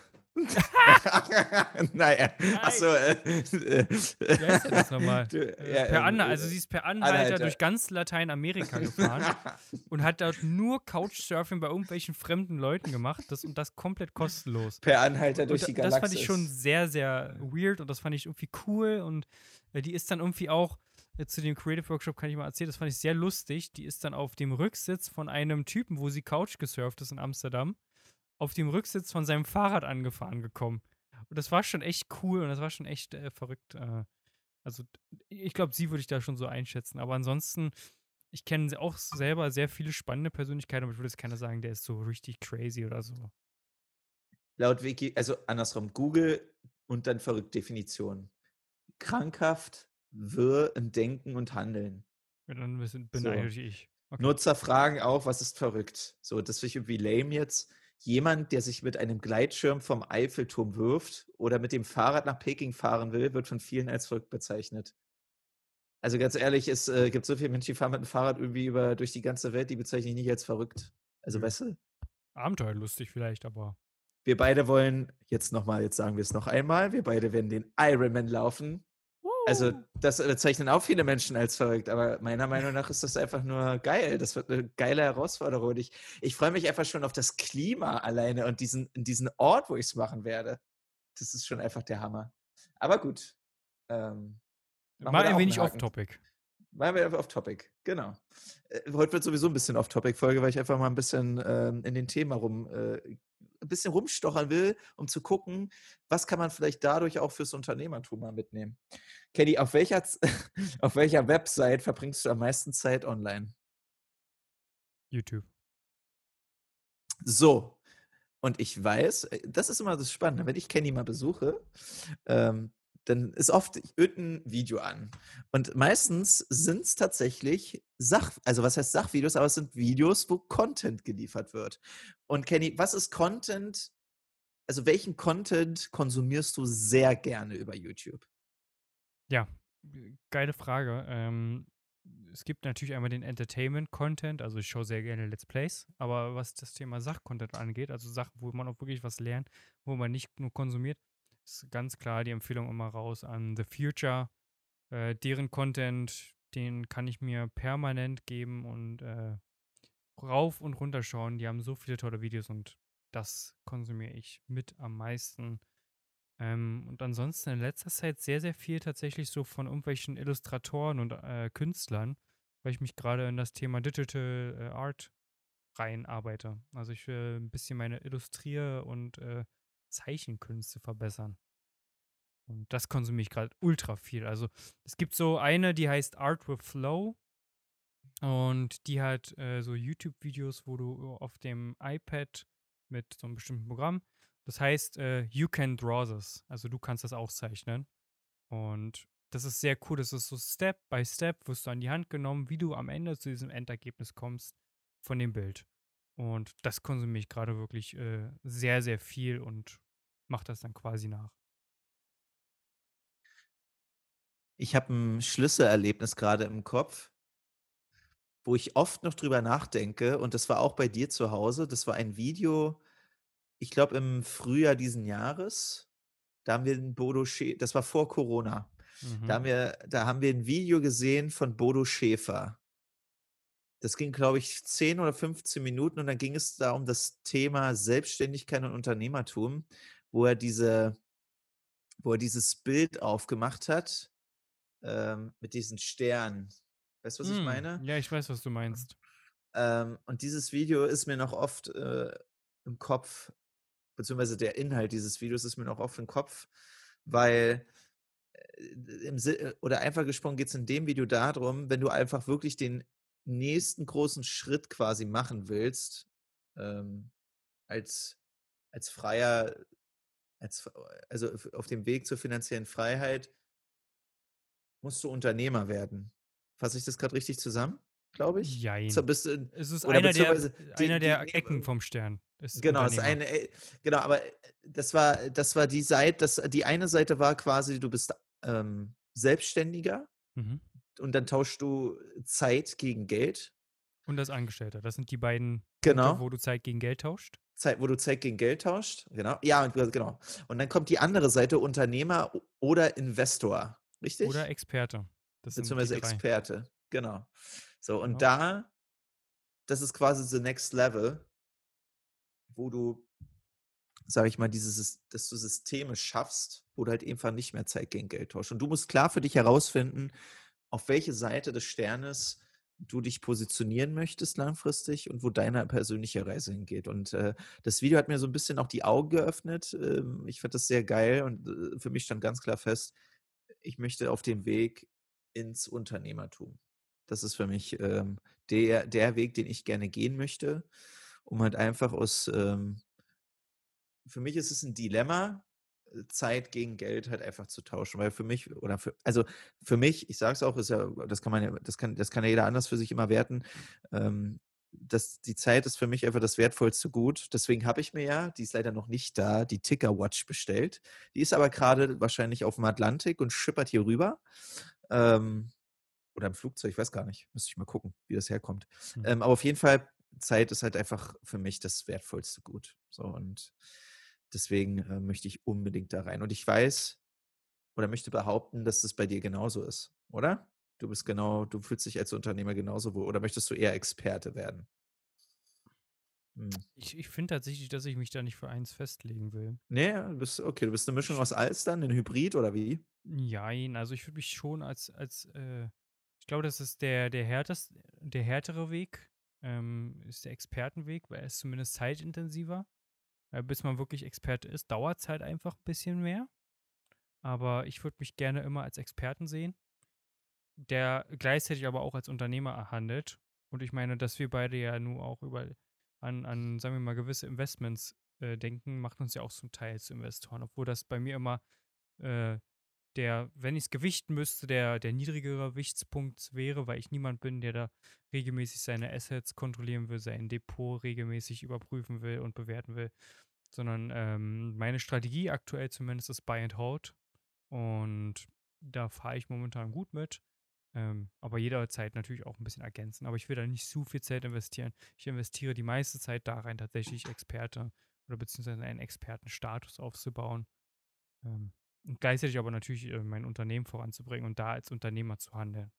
Na ja, ach Nein! so, äh, äh, Wie heißt denn das nochmal? du, Äh, ja, per ähm, Anhalter, also äh, sie ist per Anhalter durch Anhalter. ganz Lateinamerika gefahren und hat dort nur Couchsurfing bei irgendwelchen fremden Leuten gemacht, das und das komplett kostenlos. Per Anhalter Und durch da- die das fand ich schon Galaxis. sehr, sehr weird und das fand ich irgendwie cool und äh, die ist dann irgendwie auch äh, zu dem Creative Workshop, kann ich mal erzählen, das fand ich sehr lustig. Die ist dann auf dem Rücksitz von einem Typen, wo sie Couch gesurft ist in Amsterdam, auf dem Rücksitz von seinem Fahrrad angefahren gekommen. Und das war schon echt cool und das war schon echt äh, verrückt. Äh, also, ich glaube, sie würde ich da schon so einschätzen. Aber ansonsten, ich kenne auch selber sehr viele spannende Persönlichkeiten, aber ich würde jetzt keiner sagen, der ist so richtig crazy oder so. Laut Wiki also andersrum, Google und dann verrückt Definition. Krankhaft, wirr im Denken und Handeln. Ja, dann bisschen beneide So. ich. Okay. Nutzer fragen auch: „Was ist verrückt?“ So, das finde ich irgendwie lame jetzt. Jemand, der sich mit einem Gleitschirm vom Eiffelturm wirft oder mit dem Fahrrad nach Peking fahren will, wird von vielen als verrückt bezeichnet. Also, ganz ehrlich, es, äh, gibt so viele Menschen, die fahren mit dem Fahrrad irgendwie über durch die ganze Welt, die bezeichne ich nicht als verrückt. Also, Nö. weißt du, Abenteuerlustig vielleicht, aber. wir beide wollen jetzt noch mal jetzt sagen wir es noch einmal, wir beide werden den Ironman laufen. Also, Woo! das bezeichnen auch viele Menschen als verrückt, aber meiner Meinung nach ist das einfach nur geil. Das wird 'ne geile Herausforderung und ich ich freue mich einfach schon auf das Klima alleine und diesen diesen Ort, wo ich's machen werde. Das ist schon einfach der Hammer. Aber gut, ähm, machen wir Mal da ein auch 'n wenig Haken. off-topic. Machen wir einfach off Topic, genau. Äh, heute wird sowieso 'n bisschen Off-Topic-Folge, weil ich einfach mal 'n bisschen, ähm, in den Thema rum äh, 'n bisschen rumstochern will, um zu gucken, was kann man vielleicht dadurch auch fürs Unternehmertum mal mitnehmen. Kenny, auf welcher Z auf welcher Website verbringst du am meisten Zeit online? YouTube. So, und ich weiß, äh, das ist immer das Spannende, wenn ich Kenny mal besuche, ähm, dann ist oft irgend 'n Video an. Und meistens sind's tatsächlich Sach also was heißt Sachvideos, aber es sind Videos, wo Content geliefert wird. Und Kenny, was ist Content also welchen Content konsumierst du sehr gerne über YouTube? Ja, g geile Frage. Ähm, es gibt natürlich einmal den Entertainment-Content, also ich schaue sehr gerne Let's Plays, aber was das Thema Sachcontent angeht, also Sachen, wo man auch wirklich was lernt, wo man nicht nur konsumiert, ist ganz klar die Empfehlung immer raus an The Future. Äh, deren Content, den kann ich mir permanent geben und äh, rauf und runter schauen. Die haben so viele tolle Videos und das konsumiere ich mit am meisten. Ähm, und ansonsten in letzter Zeit sehr, sehr viel tatsächlich so von irgendwelchen Illustratoren und äh, Künstlern, weil ich mich gerade in das Thema Digital äh, Art reinarbeite. Also ich will ein bisschen meine Illustrier- und äh, Zeichenkünste verbessern. Und das konsumiere ich gerade ultra viel. Also es gibt so eine, die heißt Art with Flow und die hat äh, so YouTube-Videos, wo du auf dem iPad mit so einem bestimmten Programm, das heißt, äh, you can draw this. Also du kannst das auch zeichnen. Und das ist sehr cool. Das ist so Step by Step, wirst du an die Hand genommen, wie du am Ende zu diesem Endergebnis kommst von dem Bild. Und das konsumiere ich gerade wirklich äh, sehr, sehr viel und mache das dann quasi nach. Ich habe ein Schlüsselerlebnis gerade im Kopf, wo ich oft noch drüber nachdenke, und das war auch bei dir zu Hause. Das war ein Video, ich glaube, im Frühjahr diesen Jahres. Da haben wir 'n Bodo Schä das war vor Corona. Da Mhm. haben wir da haben wir 'n Video gesehen von Bodo Schäfer. Das ging, glaube ich, zehn oder fünfzehn Minuten, und dann ging es da um das Thema Selbstständigkeit und Unternehmertum, wo er diese wo er dieses Bild aufgemacht hat, ähm, mit diesen Sternen. Weißt du, was ich Mm, meine? ja, ich weiß, was du meinst. Ähm, und dieses Video ist mir noch oft, äh, im Kopf, beziehungsweise der Inhalt dieses Videos ist mir noch oft im Kopf, weil, äh, im Si äh, oder einfach gesprochen geht es in dem Video darum, wenn du einfach wirklich den nächsten großen Schritt quasi machen willst, ähm, als als Freier, als also auf auf dem Weg zur finanziellen Freiheit musst du Unternehmer werden. Fasse ich das gerade richtig zusammen, glaube ich? So Jein. bist du Es ist oder einer der beziehungsweise die einer die der ne, Ecken vom Stern, ist genau, das Unternehmer. eine äh, genau, aber, äh, das war das war die Seite das die eine Seite war quasi, du bist, ähm, Selbstständiger, Mhm. und dann tauschst du Zeit gegen Geld. Und als Angestellter. Das sind die beiden Punkte, Genau. wo du Zeit gegen Geld tauscht. Zeit, wo du Zeit gegen Geld tauscht, genau. Ja, und genau. Und dann kommt die andere Seite, Unternehmer o oder Investor, Oder richtig? Experte. Das sind die Beziehungsweise drei. Experte, genau. So, und Genau. da das ist quasi the next level, wo du, sage ich mal, dieses Sys dass du Systeme schaffst, wo du halt einfach nicht mehr Zeit gegen Geld tauschst. Und du musst klar für dich herausfinden, auf welche Seite des Sternes du dich positionieren möchtest langfristig und wo deine persönliche Reise hingeht. Und, äh, das Video hat mir so ein bisschen auch die Augen geöffnet. Ähm, ich fand das sehr geil, und, äh, für mich stand ganz klar fest, ich möchte auf dem Weg ins Unternehmertum. Das ist für mich, ähm, der der Weg, den ich gerne gehen möchte, um halt einfach aus, ähm für mich ist es ein Dilemma, äh, Zeit gegen Geld halt einfach zu tauschen, weil für mich oder für also, für mich, ich sage es auch, ist ja das kann man ja das kann das kann ja jeder anders für sich immer werten. Ähm, das die Zeit ist für mich einfach das wertvollste Gut. Deswegen habe ich mir ja, die ist leider noch nicht da, die Ticker Watch bestellt. Die ist aber gerade wahrscheinlich auf dem Atlantik und schippert hier rüber. Ähm, oder im Flugzeug, ich weiß gar nicht. Müsste ich mal gucken, wie das herkommt. Mhm. Ähm, aber auf jeden Fall, Zeit ist halt einfach für mich das wertvollste Gut. So, und deswegen, äh, möchte ich unbedingt da rein. Und ich weiß oder möchte behaupten, dass es bei dir genauso ist, oder? Du bist genau du fühlst dich als Unternehmer genauso wohl, oder möchtest du eher Experte werden? Mhm. Ich, ich finde tatsächlich, dass ich mich da nicht für eins festlegen will. Ne, du bist okay, du bist 'ne Mischung Ich, aus alles dann, 'nen Hybrid oder wie? jein, also ich würde mich schon als, als, äh, ich glaube, das ist der, der härteste, der härtere Weg, ähm, ist der Expertenweg, weil er ist zumindest zeitintensiver. Äh, bis man wirklich Experte ist, dauert es halt einfach ein bisschen mehr. Aber ich würde mich gerne immer als Experten sehen, der gleichzeitig aber auch als Unternehmer handelt. Und ich meine, dass wir beide ja nur auch über an, an, sagen wir mal, gewisse Investments äh, denken, macht uns ja auch zum Teil zu Investoren. Obwohl das bei mir immer äh, der, wenn ich es gewichten müsste, der, der niedrigere Gewichtspunkt wäre, weil ich niemand bin, der da regelmäßig seine Assets kontrollieren will, sein Depot regelmäßig überprüfen will und bewerten will. sondern ähm, meine Strategie aktuell zumindest ist Buy and Hold. Und da fahre ich momentan gut mit. Ähm, aber jederzeit natürlich auch ein bisschen ergänzen. Aber ich will da nicht zu viel Zeit investieren. Ich investiere die meiste Zeit da rein, tatsächlich Experte oder beziehungsweise einen Expertenstatus aufzubauen. Ähm, und gleichzeitig aber natürlich äh, mein Unternehmen voranzubringen und da als Unternehmer zu handeln.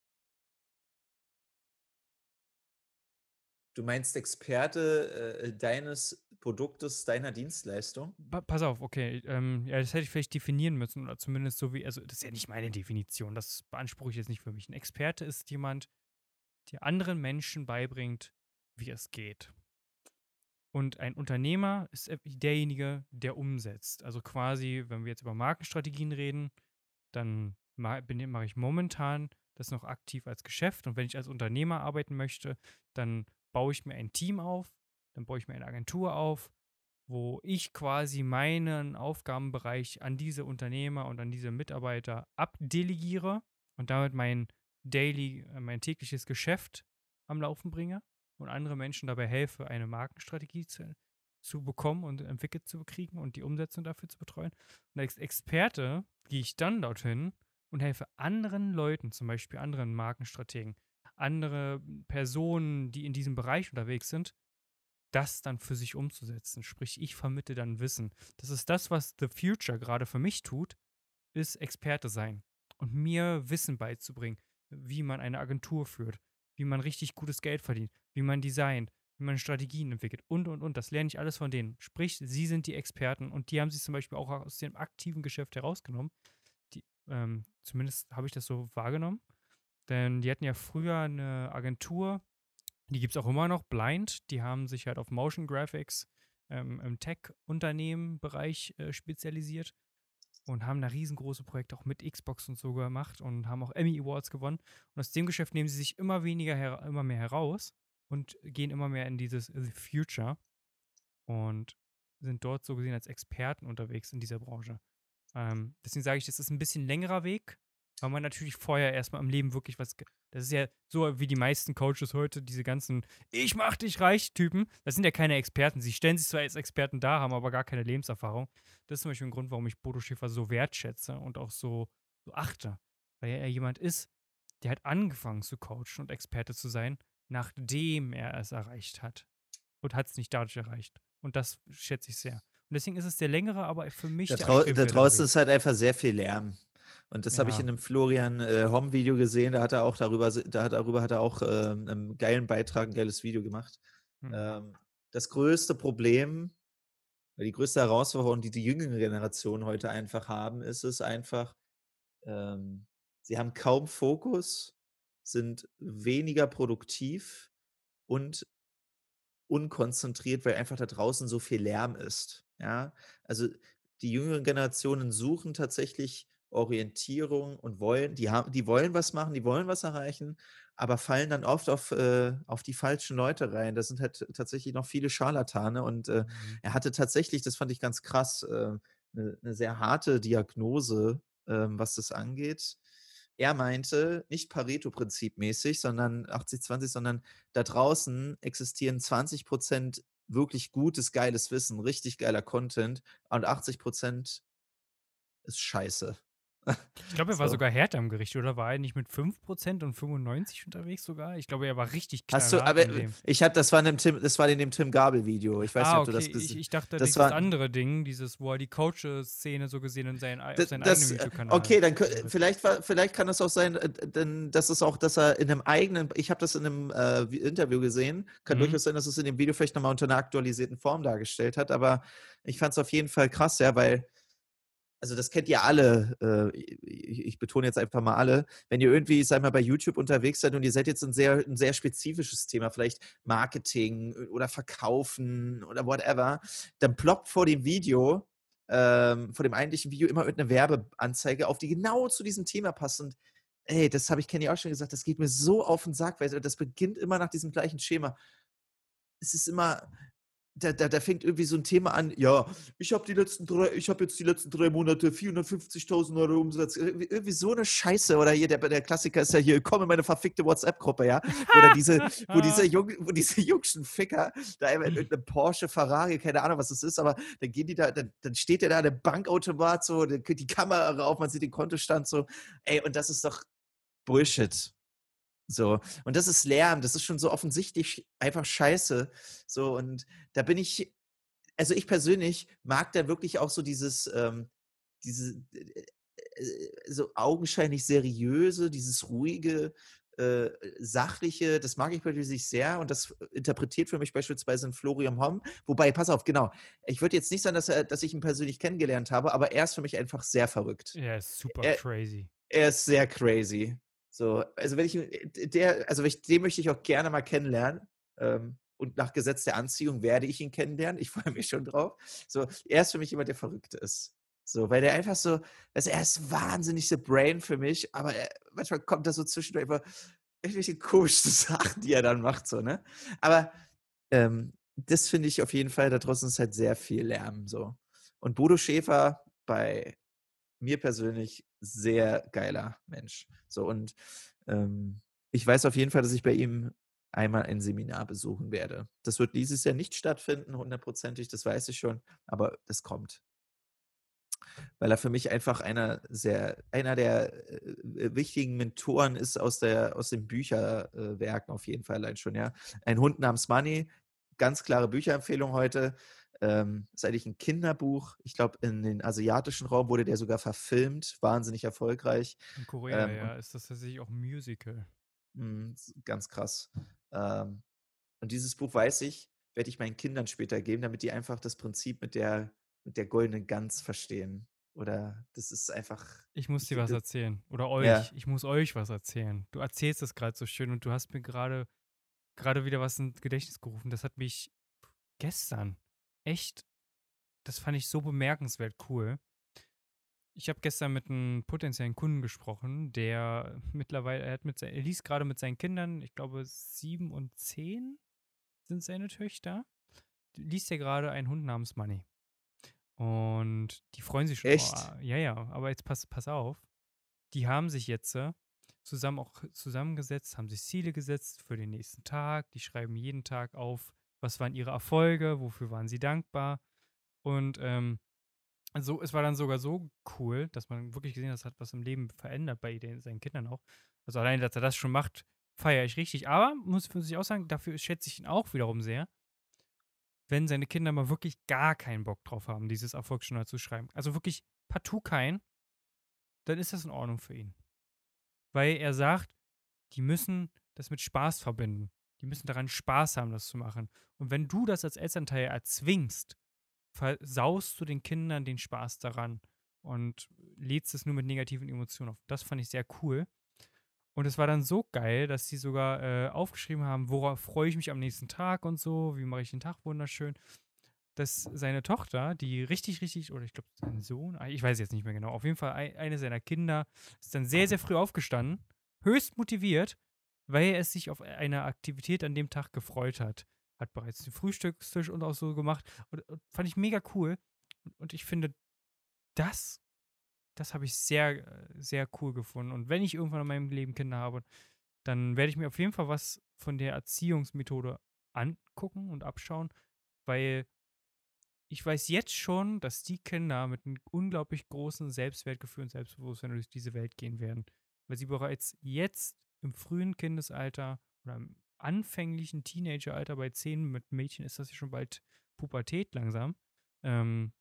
Du meinst Experte, äh, deines Produktes, deiner Dienstleistung? Pa pass auf, okay, ähm, ja, das hätte ich vielleicht definieren müssen oder zumindest so wie, also das ist ja nicht meine Definition, das beanspruche ich jetzt nicht für mich. Ein Experte ist jemand, der anderen Menschen beibringt, wie es geht. Und ein Unternehmer ist äh, derjenige, der umsetzt. Also quasi, wenn wir jetzt über Markenstrategien reden, dann ma bin mache ich momentan das noch aktiv als Geschäft. Und wenn ich als Unternehmer arbeiten möchte, dann baue ich mir ein Team auf, dann baue ich mir eine Agentur auf, wo ich quasi meinen Aufgabenbereich an diese Unternehmer und an diese Mitarbeiter abdelegiere und damit mein Daily, äh, mein tägliches Geschäft am Laufen bringe und andere Menschen dabei helfe, eine Markenstrategie zu, zu bekommen und entwickelt zu kriegen und die Umsetzung dafür zu betreuen. Und als Experte gehe ich dann dorthin und helfe anderen Leuten, zum Beispiel anderen Markenstrategen, andere Personen, die in diesem Bereich unterwegs sind, das dann für sich umzusetzen. Sprich, ich vermittle dann Wissen. Das ist das, was The Future gerade für mich tut, ist Experte sein und mir Wissen beizubringen, wie man eine Agentur führt, wie man richtig gutes Geld verdient, wie man designt, wie man Strategien entwickelt und, und, und. Das lerne ich alles von denen. Sprich, sie sind die Experten und die haben sich zum Beispiel auch aus dem aktiven Geschäft herausgenommen. Die, ähm, zumindest habe ich das so wahrgenommen. Denn die hatten ja früher eine Agentur, die gibt es auch immer noch, Blind. Die haben sich halt auf Motion Graphics ähm, im Tech-Unternehmen-Bereich äh, spezialisiert und haben da riesengroße Projekte auch mit Xbox und so gemacht und haben auch Emmy Awards gewonnen. Und aus dem Geschäft nehmen sie sich immer weniger, immer mehr heraus und gehen immer mehr in dieses The Future und sind dort so gesehen als Experten unterwegs in dieser Branche. Ähm, deswegen sage ich, das ist ein bisschen längerer Weg, weil man natürlich vorher erstmal im Leben wirklich was. Das ist ja so wie die meisten Coaches heute, diese ganzen Ich mach dich reich Typen. Das sind ja keine Experten. Sie stellen sich zwar als Experten dar, haben aber gar keine Lebenserfahrung. Das ist zum Beispiel ein Grund, warum ich Bodo Schäfer so wertschätze und auch so, so achte. Weil er jemand ist, der hat angefangen zu coachen und Experte zu sein, nachdem er es erreicht hat. Und hat es nicht dadurch erreicht. Und das schätze ich sehr. Und deswegen ist es der längere, aber für mich Da, der drau da erstrebenswertere draußen Weg. ist halt einfach sehr viel Lärm. Und das habe ich in Ja. einem Florian äh, Homm-Video gesehen. Da hat er auch darüber, da hat, darüber hat er auch ähm, einen geilen Beitrag, ein geiles Video gemacht. Mhm. Ähm, das größte Problem, die größte Herausforderung, die die jüngere Generation heute einfach haben, ist es einfach, ähm, sie haben kaum Fokus, sind weniger produktiv und unkonzentriert, weil einfach da draußen so viel Lärm ist, ja? Also, die jüngeren Generationen suchen tatsächlich Orientierung und wollen die haben die wollen was machen, die wollen was erreichen, aber fallen dann oft auf, äh auf die falschen Leute rein. Das sind halt tatsächlich noch viele Scharlatane und, äh, Mhm. er hatte tatsächlich, das fand ich ganz krass, äh, 'ne 'ne sehr harte Diagnose, ähm, was das angeht. Er meinte, nicht Pareto-Prinzip mäßig, sondern achtzig zwanzig, sondern da draußen existieren zwanzig Prozent wirklich gutes, geiles Wissen, richtig geiler Content und achtzig Prozent ist Scheiße. Ich glaube, er war So. sogar härter im Gericht, oder war er nicht mit fünf Prozent und fünfundneunzig unterwegs sogar? Ich glaube, er war richtig Hast du knallhart aber in dem. ich habe das war in dem Tim das war in dem Tim Gabel-Video. Ich weiß nicht, Ah, ob du okay. das Ich, gesehen ich dachte, das dieses war andere Ding, dieses, wo er die Coach-Szene so gesehen in seinen, D auf seinen eigenen das äh, YouTube-Kanal okay, dann kö gerissen. vielleicht war vielleicht kann es auch sein, äh, denn das ist auch, dass er in 'nem eigenen ich habe das in 'nem, äh, Vi Interview gesehen. Kann Mhm. durchaus sein, dass es in dem Video vielleicht noch mal unter 'ner aktualisierten Form dargestellt hat, aber ich fand's auf jeden Fall krass, ja, weil also, das kennt ihr alle, äh, ich ich betone jetzt einfach mal alle. Wenn ihr irgendwie, sage ich mal, bei YouTube unterwegs seid und ihr seid jetzt 'n sehr 'n sehr spezifisches Thema, vielleicht Marketing äh, oder Verkaufen oder whatever, dann ploppt vor dem Video ähm, vor dem eigentlichen Video immer irgend 'ne Werbeanzeige auf, die genau zu diesem Thema passt und ey, das habe ich Kenny auch schon gesagt, das geht mir so auf 'n Sack, weil das beginnt immer nach diesem gleichen Schema. Es ist immer da da da fängt irgendwie so 'n Thema an: „Ja, ich habe die letzten drei ich habe jetzt die letzten drei Monate vierhundertfünfzigtausend Euro Umsatz.“ Irgendwie irgendwie so 'ne Scheiße. Oder hier der der Klassiker ist ja hier: „Komm in meine verfickte WhatsApp-Gruppe“, ja? Wo dann diese wo diese Jung wo diese Jungschen Ficker da immer in irgend 'nem Porsche, Ferrari, keine Ahnung, was das ist, aber dann gehen die da dann dann steht der da an 'nem Bankautomat so, dann geht die Kamera rauf, man sieht den Kontostand so. Ey, und das ist doch Bullshit. So, und das ist Lärm, das ist schon so offensichtlich einfach scheiße. So, und da bin ich also, ich persönlich mag da wirklich auch so dieses, ähm diese äh, äh, so augenscheinlich seriöse, dieses ruhige, äh, sachliche, das mag ich persönlich sehr und das interpretiert für mich beispielsweise 'n Florian Homm. Wobei, pass auf, genau, ich würde jetzt nicht sagen, dass er dass ich ihn persönlich kennengelernt habe, aber er ist für mich einfach sehr verrückt. Er ist super Er crazy. er ist sehr crazy. So, also, wenn ich ihn d der also, wenn ich den möchte ich auch gerne mal kennenlernen, ähm, und nach Gesetz der Anziehung werde ich ihn kennenlernen. Ich freue mich schon drauf. So, er ist für mich jemand, der verrückt ist. So, weil der einfach so also, er ist wahnsinnig the brain für mich, aber er manchmal kommt da so zwischendurch einfach irgendwelche komischen Sachen, die er dann macht so, ne? Aber, ähm, das finde ich auf jeden Fall da draußen ist halt sehr viel Lärm so. Und Bodo Schäfer bei mir persönlich sehr geiler Mensch. So und, ähm, ich weiß auf jeden Fall, dass ich bei ihm einmal ein Seminar besuchen werde. Das wird dieses Jahr nicht stattfinden, hundertprozentig, das weiß ich schon, aber es kommt. Weil er für mich einfach einer sehr einer der, äh, äh, wichtigen Mentoren ist aus der aus den Bücher äh, Werken auf jeden Fall allein schon, ja. „Ein Hund namens Money“, ganz klare Bücherempfehlung heute. Ähm, ist eigentlich 'n Kinderbuch. Ich glaube, in den asiatischen Raum wurde der sogar verfilmt, wahnsinnig erfolgreich. In Korea, Ähm, und ja, ist das tatsächlich auch 'n Musical. Mhm, s ganz krass. Ähm, und dieses Buch, weiß ich, werde ich meinen Kindern später geben, damit die einfach das Prinzip mit der mit der goldenen Gans verstehen. Oder das ist einfach Ich muss ich dir finde was das erzählen oder euch. ja. Ich muss euch was erzählen. Du erzählst das grad so schön und du hast mir grade grade wieder was ins Gedächtnis gerufen. Das hat mich gestern echt das fand ich so bemerkenswert cool. Ich habe gestern mit 'nem potenziellen Kunden gesprochen, der mittlerweile er hat mit sei er liest grade mit seinen Kindern, ich glaube sieben und zehn sind seine Töchter, liest er grade „Ein Hund namens Money“. Und die freuen sich schon, oh Echt? ja, ja, aber jetzt pass pass auf. Die haben sich jetzt zusammen auch zusammengesetzt, haben sich Ziele gesetzt für den nächsten Tag. Die schreiben jeden Tag auf, was waren ihre Erfolge, wofür waren sie dankbar. Und, ähm, so es war dann sogar so cool, dass man wirklich gesehen hat, das hat was im Leben verändert bei den seinen Kindern auch. Also, alleine, dass er das schon macht, feiere ich richtig. Aber muss muss ich auch sagen, dafür schätze ich ihn auch wiederum sehr wenn seine Kinder mal wirklich gar keinen Bock drauf haben, dieses Erfolgsjournal zu schreiben. Also, wirklich partout keinen dann ist das in Ordnung für ihn. Weil er sagt, die müssen das mit Spaß verbinden. Die müssen daran Spaß haben, das zu machen. Und wenn du das als Elternteil erzwingst, versaust du den Kindern den Spaß daran und lädst es nur mit negativen Emotionen auf. Das fand ich sehr cool. Und es war dann so geil, dass sie sogar, äh, aufgeschrieben haben: „Worauf freue ich mich am nächsten Tag“ und so, „wie mache ich den Tag wunderschön?“ Dass seine Tochter, die richtig, richtig oder ich glaube, sein Sohn, ah, ich weiß jetzt nicht mehr genau. Auf jeden Fall ei eine seiner Kinder ist dann sehr, sehr früh aufgestanden, höchst motiviert, weil er sich auf eine Aktivität an dem Tag gefreut hat. Hat bereits den Frühstückstisch und auch so gemacht und und fand ich mega cool. Und ich finde, das das habe ich sehr, äh, sehr cool gefunden. Und wenn ich irgendwann in meinem Leben Kinder habe, dann werde ich mir auf jeden Fall was von der Erziehungsmethode angucken und abschauen, weil ich weiß jetzt schon, dass die Kinder mit 'nem unglaublich großen Selbstwertgefühl und Selbstbewusstsein durch diese Welt gehen werden, weil sie bereits jetzt im frühen Kindesalter oder im anfänglichen Teenageralter bei zehn mit Mädchen ist das ja schon bald Pubertät langsam, ähm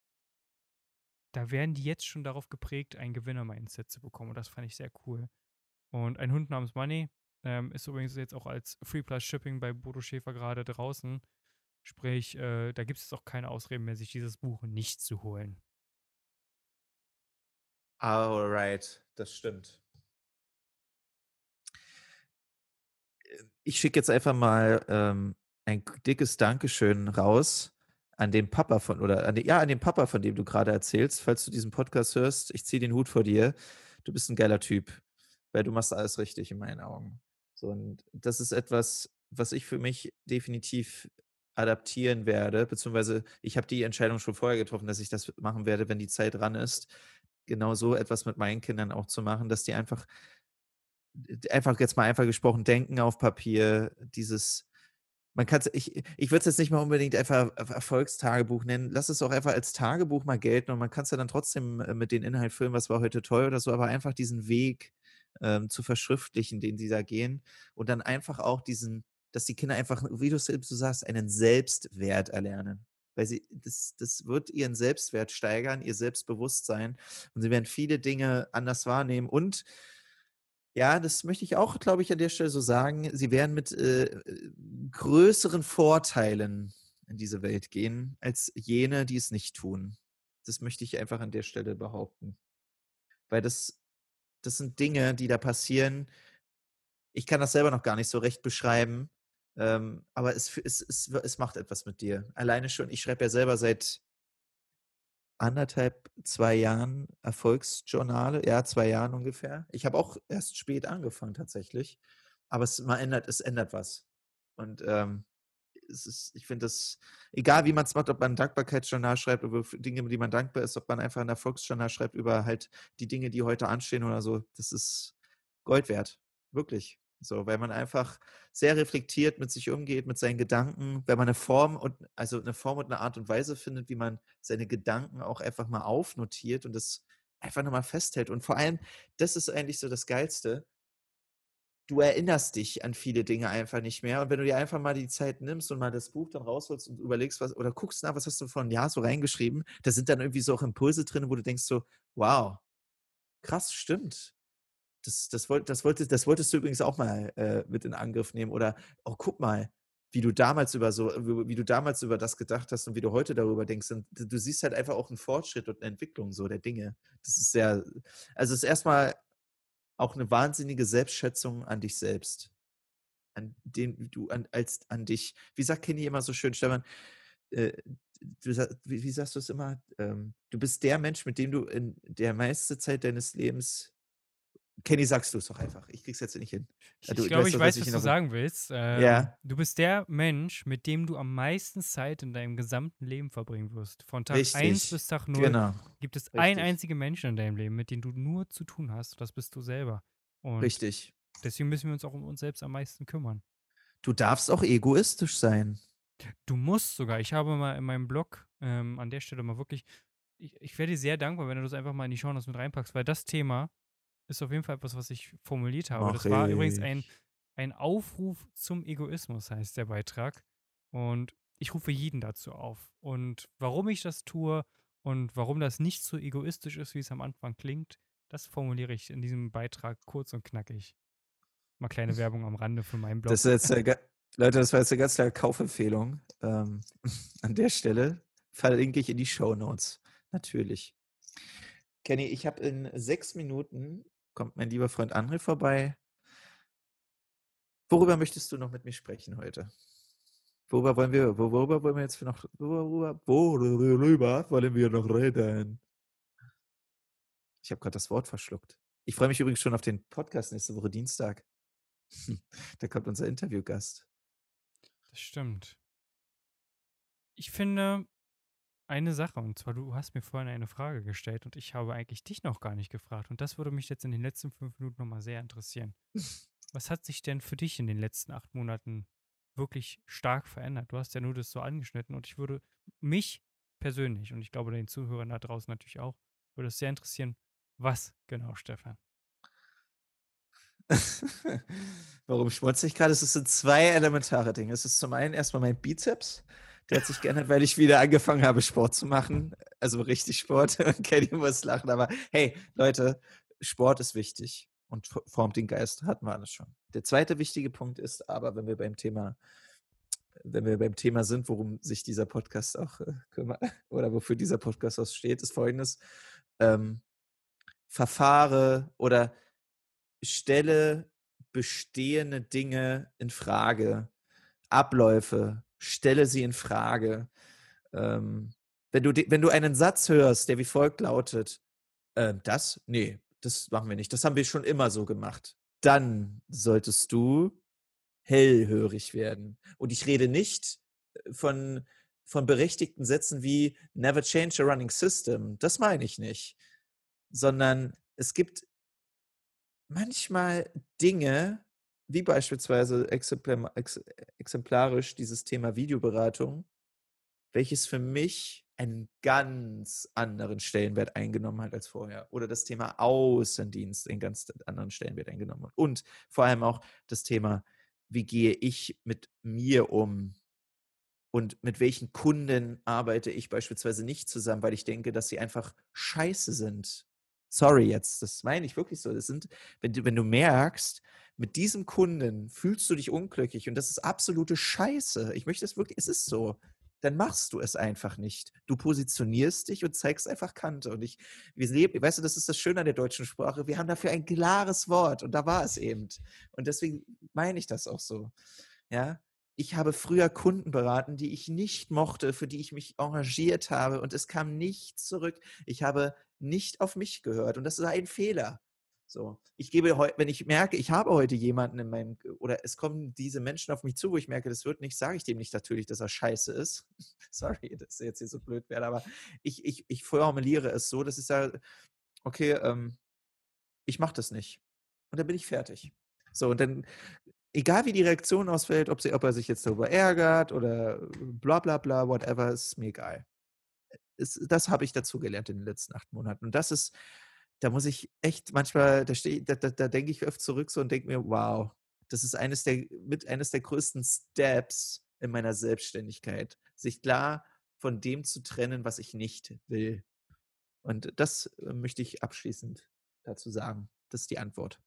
da werden die jetzt schon darauf geprägt, ein Gewinner-Mindset zu bekommen und das fand ich sehr cool. Und „Ein Hund namens Money“, ähm, ist übrigens jetzt auch als Free Plus Shipping bei Bodo Schäfer grade draußen. Sprich, äh, da gibt es auch keine Ausreden mehr, sich dieses Buch nicht zu holen. Alright, das stimmt. Äh, ich schicke jetzt einfach mal, ähm, ein k dickes Dankeschön raus an den Papa von oder an den ja, an den Papa, von dem du grade erzählst. Falls du diesen Podcast hörst, ich ziehe den Hut vor dir. Du bist 'n geiler Typ, weil du machst alles richtig in meinen Augen. So, und das ist etwas, was ich für mich definitiv adaptieren werde, beziehungsweise ich habe die Entscheidung schon vorher getroffen, dass ich das machen werde, wenn die Zeit dran ist, genau so etwas mit meinen Kindern auch zu machen, dass die einfach d einfach jetzt mal einfach gesprochen, denken auf Papier, dieses man kann's ich ich würde es jetzt nicht mal unbedingt einfach Er Erfolgstagebuch nennen. Lass es auch einfach als Tagebuch mal gelten und man kann's ja dann trotzdem, äh, mit den Inhalt füllen: „Was war heute toll?“ oder so, aber einfach diesen Weg, ähm, zu verschriftlichen, den sie da gehen und dann einfach auch diesen dass die Kinder einfach, wie du's selbst so sagst, einen Selbstwert erlernen. Weil sie das das wird ihren Selbstwert steigern, ihr Selbstbewusstsein und sie werden viele Dinge anders wahrnehmen und ja, das möchte ich auch, glaube ich, an der Stelle so sagen, sie werden mit, äh, äh, größeren Vorteilen in diese Welt gehen als jene, die es nicht tun. Das möchte ich einfach an der Stelle behaupten. Weil das das sind Dinge, die da passieren ich kann das selber noch gar nicht so recht beschreiben, ähm, aber es f es es es macht etwas mit dir. Alleine schon ich schreibe ja selber seit anderthalb, zwei Jahren Erfolgsjournale, ja, zwei Jahren ungefähr. Ich habe auch erst spät angefangen tatsächlich, aber es man ändert es ändert was. Und, ähm, es ist ich finde das egal wie man's macht, ob man 'n Dankbarkeitsjournal schreibt über f Dinge, über die man dankbar ist, ob man einfach 'n Erfolgsjournal schreibt über halt die Dinge, die heute anstehen oder so. Das ist Gold wert, wirklich. So, weil man einfach sehr reflektiert mit sich umgeht, mit seinen Gedanken, wenn man 'ne Form und also 'ne Form und 'ne Art und Weise findet, wie man seine Gedanken auch einfach mal aufnotiert und das einfach noch mal festhält. Und vor allem, das ist eigentlich so das Geilste du erinnerst dich an viele Dinge einfach nicht mehr. Und wenn du dir einfach mal die Zeit nimmst und mal das Buch dann rausholst und überlegst, was oder guckst nach, was hast du vor 'n Jahr so reingeschrieben, da sind dann irgendwie so auch Impulse drin, wo du denkst so: „Wow, krass, stimmt. Das das wollt das wolltest das wolltest du übrigens auch mal, äh, mit in Angriff nehmen“ oder: „Oh, guck mal, wie du damals über so w wie du damals über das gedacht hast und wie du heute darüber denkst.“ Und d du siehst halt einfach auch 'n Fortschritt und 'ne Entwicklung so der Dinge. Das ist sehr also, es ist erst mal auch 'ne wahnsinnige Selbstschätzung an dich selbst. An dem du an als an dich wie sagt Kenny immer so schön, Stefan, äh, du sa wie wie sagst du's immer? Ähm, du bist der Mensch, mit dem du in der meiste Zeit deines Lebens Kenny, sagst du's doch einfach. Ich kriege es jetzt nicht hin. Ich Äh, du ich du glaube, weißt ich doch, was weiß, ich was du genau will. sagen willst. Ähm, Ja. du bist der Mensch, mit dem du am meisten Zeit in deinem gesamten Leben verbringen wirst. Von Tag eins Richtig, bis Tag null genau. gibt es einen Richtig. einzigen Menschen in deinem Leben, mit dem du nur zu tun hast. Das bist du selber. Und Richtig. deswegen müssen wir uns auch um uns selbst am meisten kümmern. Du darfst auch egoistisch sein. Du musst sogar. Ich habe mal in meinem Blog, ähm, an der Stelle mal wirklich ich ich wäre dir sehr dankbar, wenn du das einfach mal in die Shownotes mit reinpackst, weil das Thema ist auf jeden Fall etwas, was ich formuliert habe. Das Mache war übrigens ein ich. ein Aufruf zum Egoismus, heißt der Beitrag. Und ich rufe jeden dazu auf. Und warum ich das tue und warum das nicht so egoistisch ist, wie es am Anfang klingt, das formuliere ich in diesem Beitrag kurz und knackig. Mal kleine Werbung am Rande für meinen Das Blog. ist jetzt, äh, ga Leute, das war jetzt 'ne ganz klare Kaufempfehlung. Ähm, an der Stelle verlinke ich in die Shownotes, natürlich. Kenny, ich habe in sechs Minuten kommt mein lieber Freund André vorbei. Worüber möchtest du noch mit mir sprechen heute? Worüber wollen wir wo worüber wollen wir jetzt noch worüber worüber wollen wir noch reden? Ich habe grad das Wort verschluckt. Ich freue mich übrigens schon auf den Podcast nächste Woche Dienstag. Da kommt unser Interviewgast. Das stimmt. Ich finde eine Sache, und zwar, du hast mir vorhin eine Frage gestellt und ich habe eigentlich dich noch gar nicht gefragt. Und das würde mich jetzt in den letzten fünf Minuten noch mal sehr interessieren. Was hat sich denn für dich in den letzten acht Monaten wirklich stark verändert? Du hast ja nur das so angeschnitten und ich würde mich persönlich und ich glaube den Zuhörern da draußen natürlich auch, würde es sehr interessieren, was genau, Stefan? Warum schmunzle ich grade? Es sind zwei elementare Dinge. Es ist zum einen erst mal mein Bizeps. Der hat sich geändert, weil ich wieder angefangen habe, Sport zu machen, also richtig Sport. Kenny muss lachen, aber hey, Leute, Sport ist wichtig und f formt den Geist, hatten wir alles schon. Der zweite wichtige Punkt ist aber, wenn wir beim Thema wenn wir beim Thema sind, worum sich dieser Podcast auch, äh, kümmert oder wofür dieser Podcast auch steht, ist Folgendes: Ähm, verfahre oder stelle bestehende Dinge infrage, Abläufe, stelle sie infrage. Ähm, wenn du de wenn du einen Satz hörst, der wie folgt lautet: „Äh, das? Ne, das machen wir nicht. Das haben wir schon immer so gemacht.“ Dann solltest du hellhörig werden. Und ich rede nicht, von von berechtigten Sätzen wie „Never change a running system“. Das meine ich nicht, sondern es gibt manchmal Dinge, wie beispielsweise exemplem ex exemplarisch dieses Thema Videoberatung, welches für mich einen ganz anderen Stellenwert eingenommen hat als vorher. Oder das Thema Außendienst einen ganz anderen Stellenwert eingenommen hat. Und vor allem auch das Thema, wie gehe ich mit mir um? Und mit welchen Kunden arbeite ich beispielsweise nicht zusammen, weil ich denke, dass sie einfach scheiße sind. Sorry jetzt, das meine ich wirklich so. Das sind, wenn du, wenn du merkst, mit diesem Kunden fühlst du dich unglücklich und das ist absolute Scheiße. Ich möchte es wirklich, es ist so. Dann machst du es einfach nicht. Du positionierst dich und zeigst einfach Kante. Und ich, wir leben, weißt du, das ist das Schöne an der deutschen Sprache. Wir haben dafür ein klares Wort und da war es eben. Und deswegen meine ich das auch so. Ja, ich habe früher Kunden beraten, die ich nicht mochte, für die ich mich engagiert habe und es kam nichts zurück. Ich habe nicht auf mich gehört und das ist ein Fehler. So, ich gebe heu wenn ich merke, ich habe heute jemanden in meinem oder es kommen diese Menschen auf mich zu, wo ich merke, das wird nicht, sage ich dem nicht natürlich, dass er scheiße ist. Sorry, dass er jetzt hier so blöd wäre, aber ich ich ich formuliere es so, dass ich sage: „Okay, ähm, ich mache das nicht.“ Und dann bin ich fertig. So, und dann egal wie die Reaktion ausfällt, ob sie ob er sich jetzt darüber ärgert oder bla bla bla, whatever, ist mir egal. Es das habe ich dazugelernt in den letzten acht Monaten. Und das ist da muss ich echt manchmal da stehe da da da denke ich oft zurück so und denke mir: „Wow, das ist eines der mit eines der größten Steps in meiner Selbstständigkeit, sich klar von dem zu trennen, was ich nicht will.“ Und das, äh, möchte ich abschließend dazu sagen. Das ist die Antwort.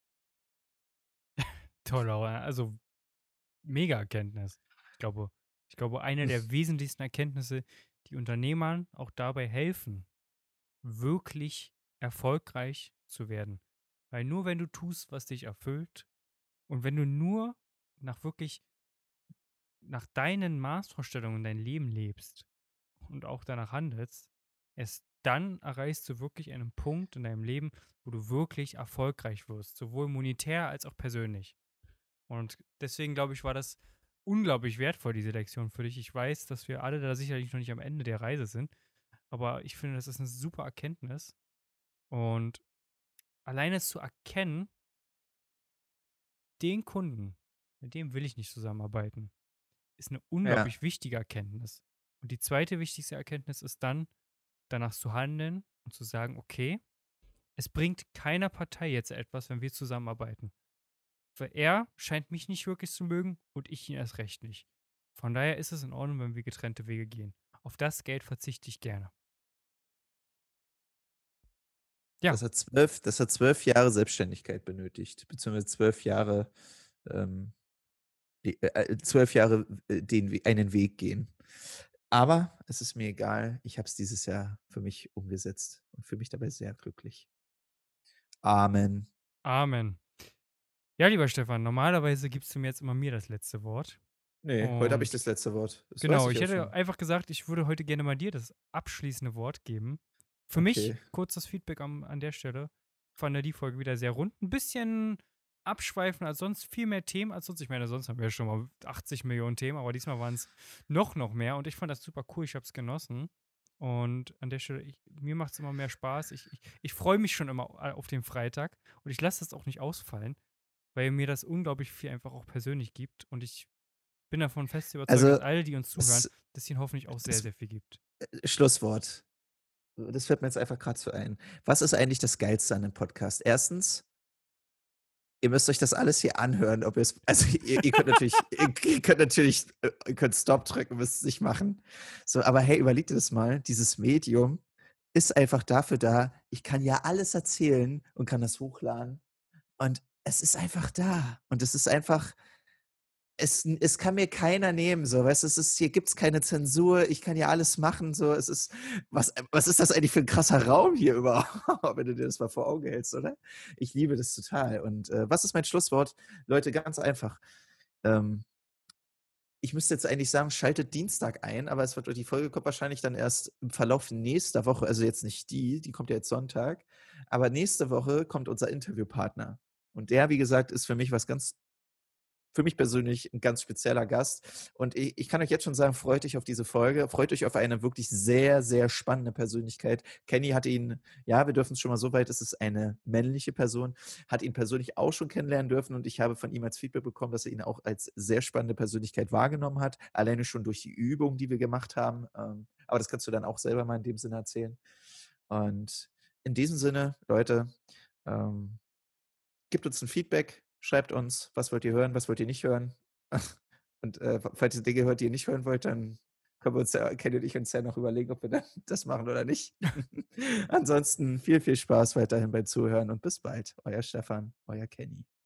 Toll, Laura. Also mega Erkenntnis. Ich glaube, ich glaube, eine der wesentlichsten Erkenntnisse, die Unternehmern auch dabei helfen, wirklich erfolgreich zu werden. Weil nur wenn du tust, was dich erfüllt und wenn du nur nach wirklich nach deinen Maßvorstellungen dein Leben lebst und auch danach handelst, erst dann erreichst du wirklich einen Punkt in deinem Leben, wo du wirklich erfolgreich wirst, sowohl monetär als auch persönlich. Und deswegen glaube ich, war das unglaublich wertvoll, diese Lektion für dich. Ich weiß, dass wir alle da sicherlich noch nicht am Ende der Reise sind, aber ich finde, das ist eine super Erkenntnis. Und alleine zu erkennen, den Kunden, mit dem will ich nicht zusammenarbeiten, ist eine Ja. unglaublich wichtige Erkenntnis. Und die zweite wichtigste Erkenntnis ist dann, danach zu handeln und zu sagen, okay, es bringt keiner Partei jetzt etwas, wenn wir zusammenarbeiten. Weil er scheint mich nicht wirklich zu mögen und ich ihn erst recht nicht. Von daher ist es in Ordnung, wenn wir getrennte Wege gehen. Auf das Geld verzichte ich gerne. Ja, Das hat zwölf das hat zwölf Jahre Selbstständigkeit benötigt, beziehungsweise zwölf Jahre, ähm, die äh, äh, zwölf Jahre, äh, den We einen Weg gehen. Aber es ist mir egal. Ich habe es dieses Jahr für mich umgesetzt und fühle mich dabei sehr glücklich. Amen. Amen. Ja, lieber Stefan, normalerweise gibst du mir jetzt immer mir das letzte Wort. Ne, heute habe ich Und das letzte Wort. Das weiß genau, ich ich auch hätte schon. einfach gesagt, ich würde heute gerne mal dir das abschließende Wort geben. Für mich, Okay. kurzes Feedback am, an der Stelle, fand er die Folge wieder sehr rund. Ein bisschen abschweifender als sonst, viel mehr Themen als sonst. Ich meine, sonst haben wir ja schon mal achtzig Millionen Themen, aber diesmal waren es noch, noch mehr. Und ich fand das super cool, ich habe es genossen. Und an der Stelle, ich, mir macht es immer mehr Spaß. Ich, ich, ich freue mich schon immer auf den Freitag und ich lasse das auch nicht ausfallen, weil mir das unglaublich viel einfach auch persönlich gibt. Und ich bin davon fest überzeugt, dass Also, alle, die uns zuhören, das das ihnen hoffentlich auch sehr, das, sehr viel gibt. äh, Schlusswort. Das fällt mir jetzt einfach grad so ein. Was ist eigentlich das Geilste an 'nem Podcast? Erstens, ihr müsst euch das alles hier anhören, ob ihr's also, ihr ihr könnt natürlich ihr ihr könnt natürlich äh, ihr könnt Stop drücken, müsst es nicht machen. So, aber hey, überlegt dir das mal, dieses Medium ist einfach dafür da, ich kann ja alles erzählen und kann das hochladen und es ist einfach da und es ist einfach es es kann mir keiner nehmen, so, weißt du? Es ist hier gibt's keine Zensur, ich kann ja alles machen, so. Es ist was was ist das eigentlich für 'n krasser Raum hier überhaupt, wenn du dir das mal vor Augen hältst, oder? Ich liebe das total und, äh, was ist mein Schlusswort? Leute, ganz einfach. Ähm, ich müsste jetzt eigentlich sagen, schaltet Dienstag ein, aber es wird die Folge kommt wahrscheinlich dann erst im Verlauf nächster Woche, also jetzt nicht die, die kommt ja jetzt Sonntag, aber nächste Woche kommt unser Interviewpartner und der, wie gesagt, ist für mich was ganz für mich persönlich 'n ganz spezieller Gast. Und i ich kann euch jetzt schon sagen, freut euch auf diese Folge. Freut euch auf eine wirklich sehr, sehr spannende Persönlichkeit. Kenny hat ihn ja, wir dürfen's schon mal so weit es ist eine männliche Person, hat ihn persönlich auch schon kennenlernen dürfen und ich habe von ihm als Feedback bekommen, dass er ihn auch als sehr spannende Persönlichkeit wahrgenommen hat, alleine schon durch die Übung, die wir gemacht haben. Ähm, aber das kannst du dann auch selber mal in dem Sinne erzählen. Und in diesem Sinne, Leute, ähm, gebt uns 'n Feedback, schreibt uns, was wollt ihr hören, was wollt ihr nicht hören? Und, äh, f falls ihr Dinge hört, die ihr nicht hören wollt, dann können wir uns ja Kenny und ich uns ja noch überlegen, ob wir dann das machen oder nicht. Ansonsten viel, viel Spaß weiterhin beim Zuhören und bis bald. Euer Stefan, euer Kenny.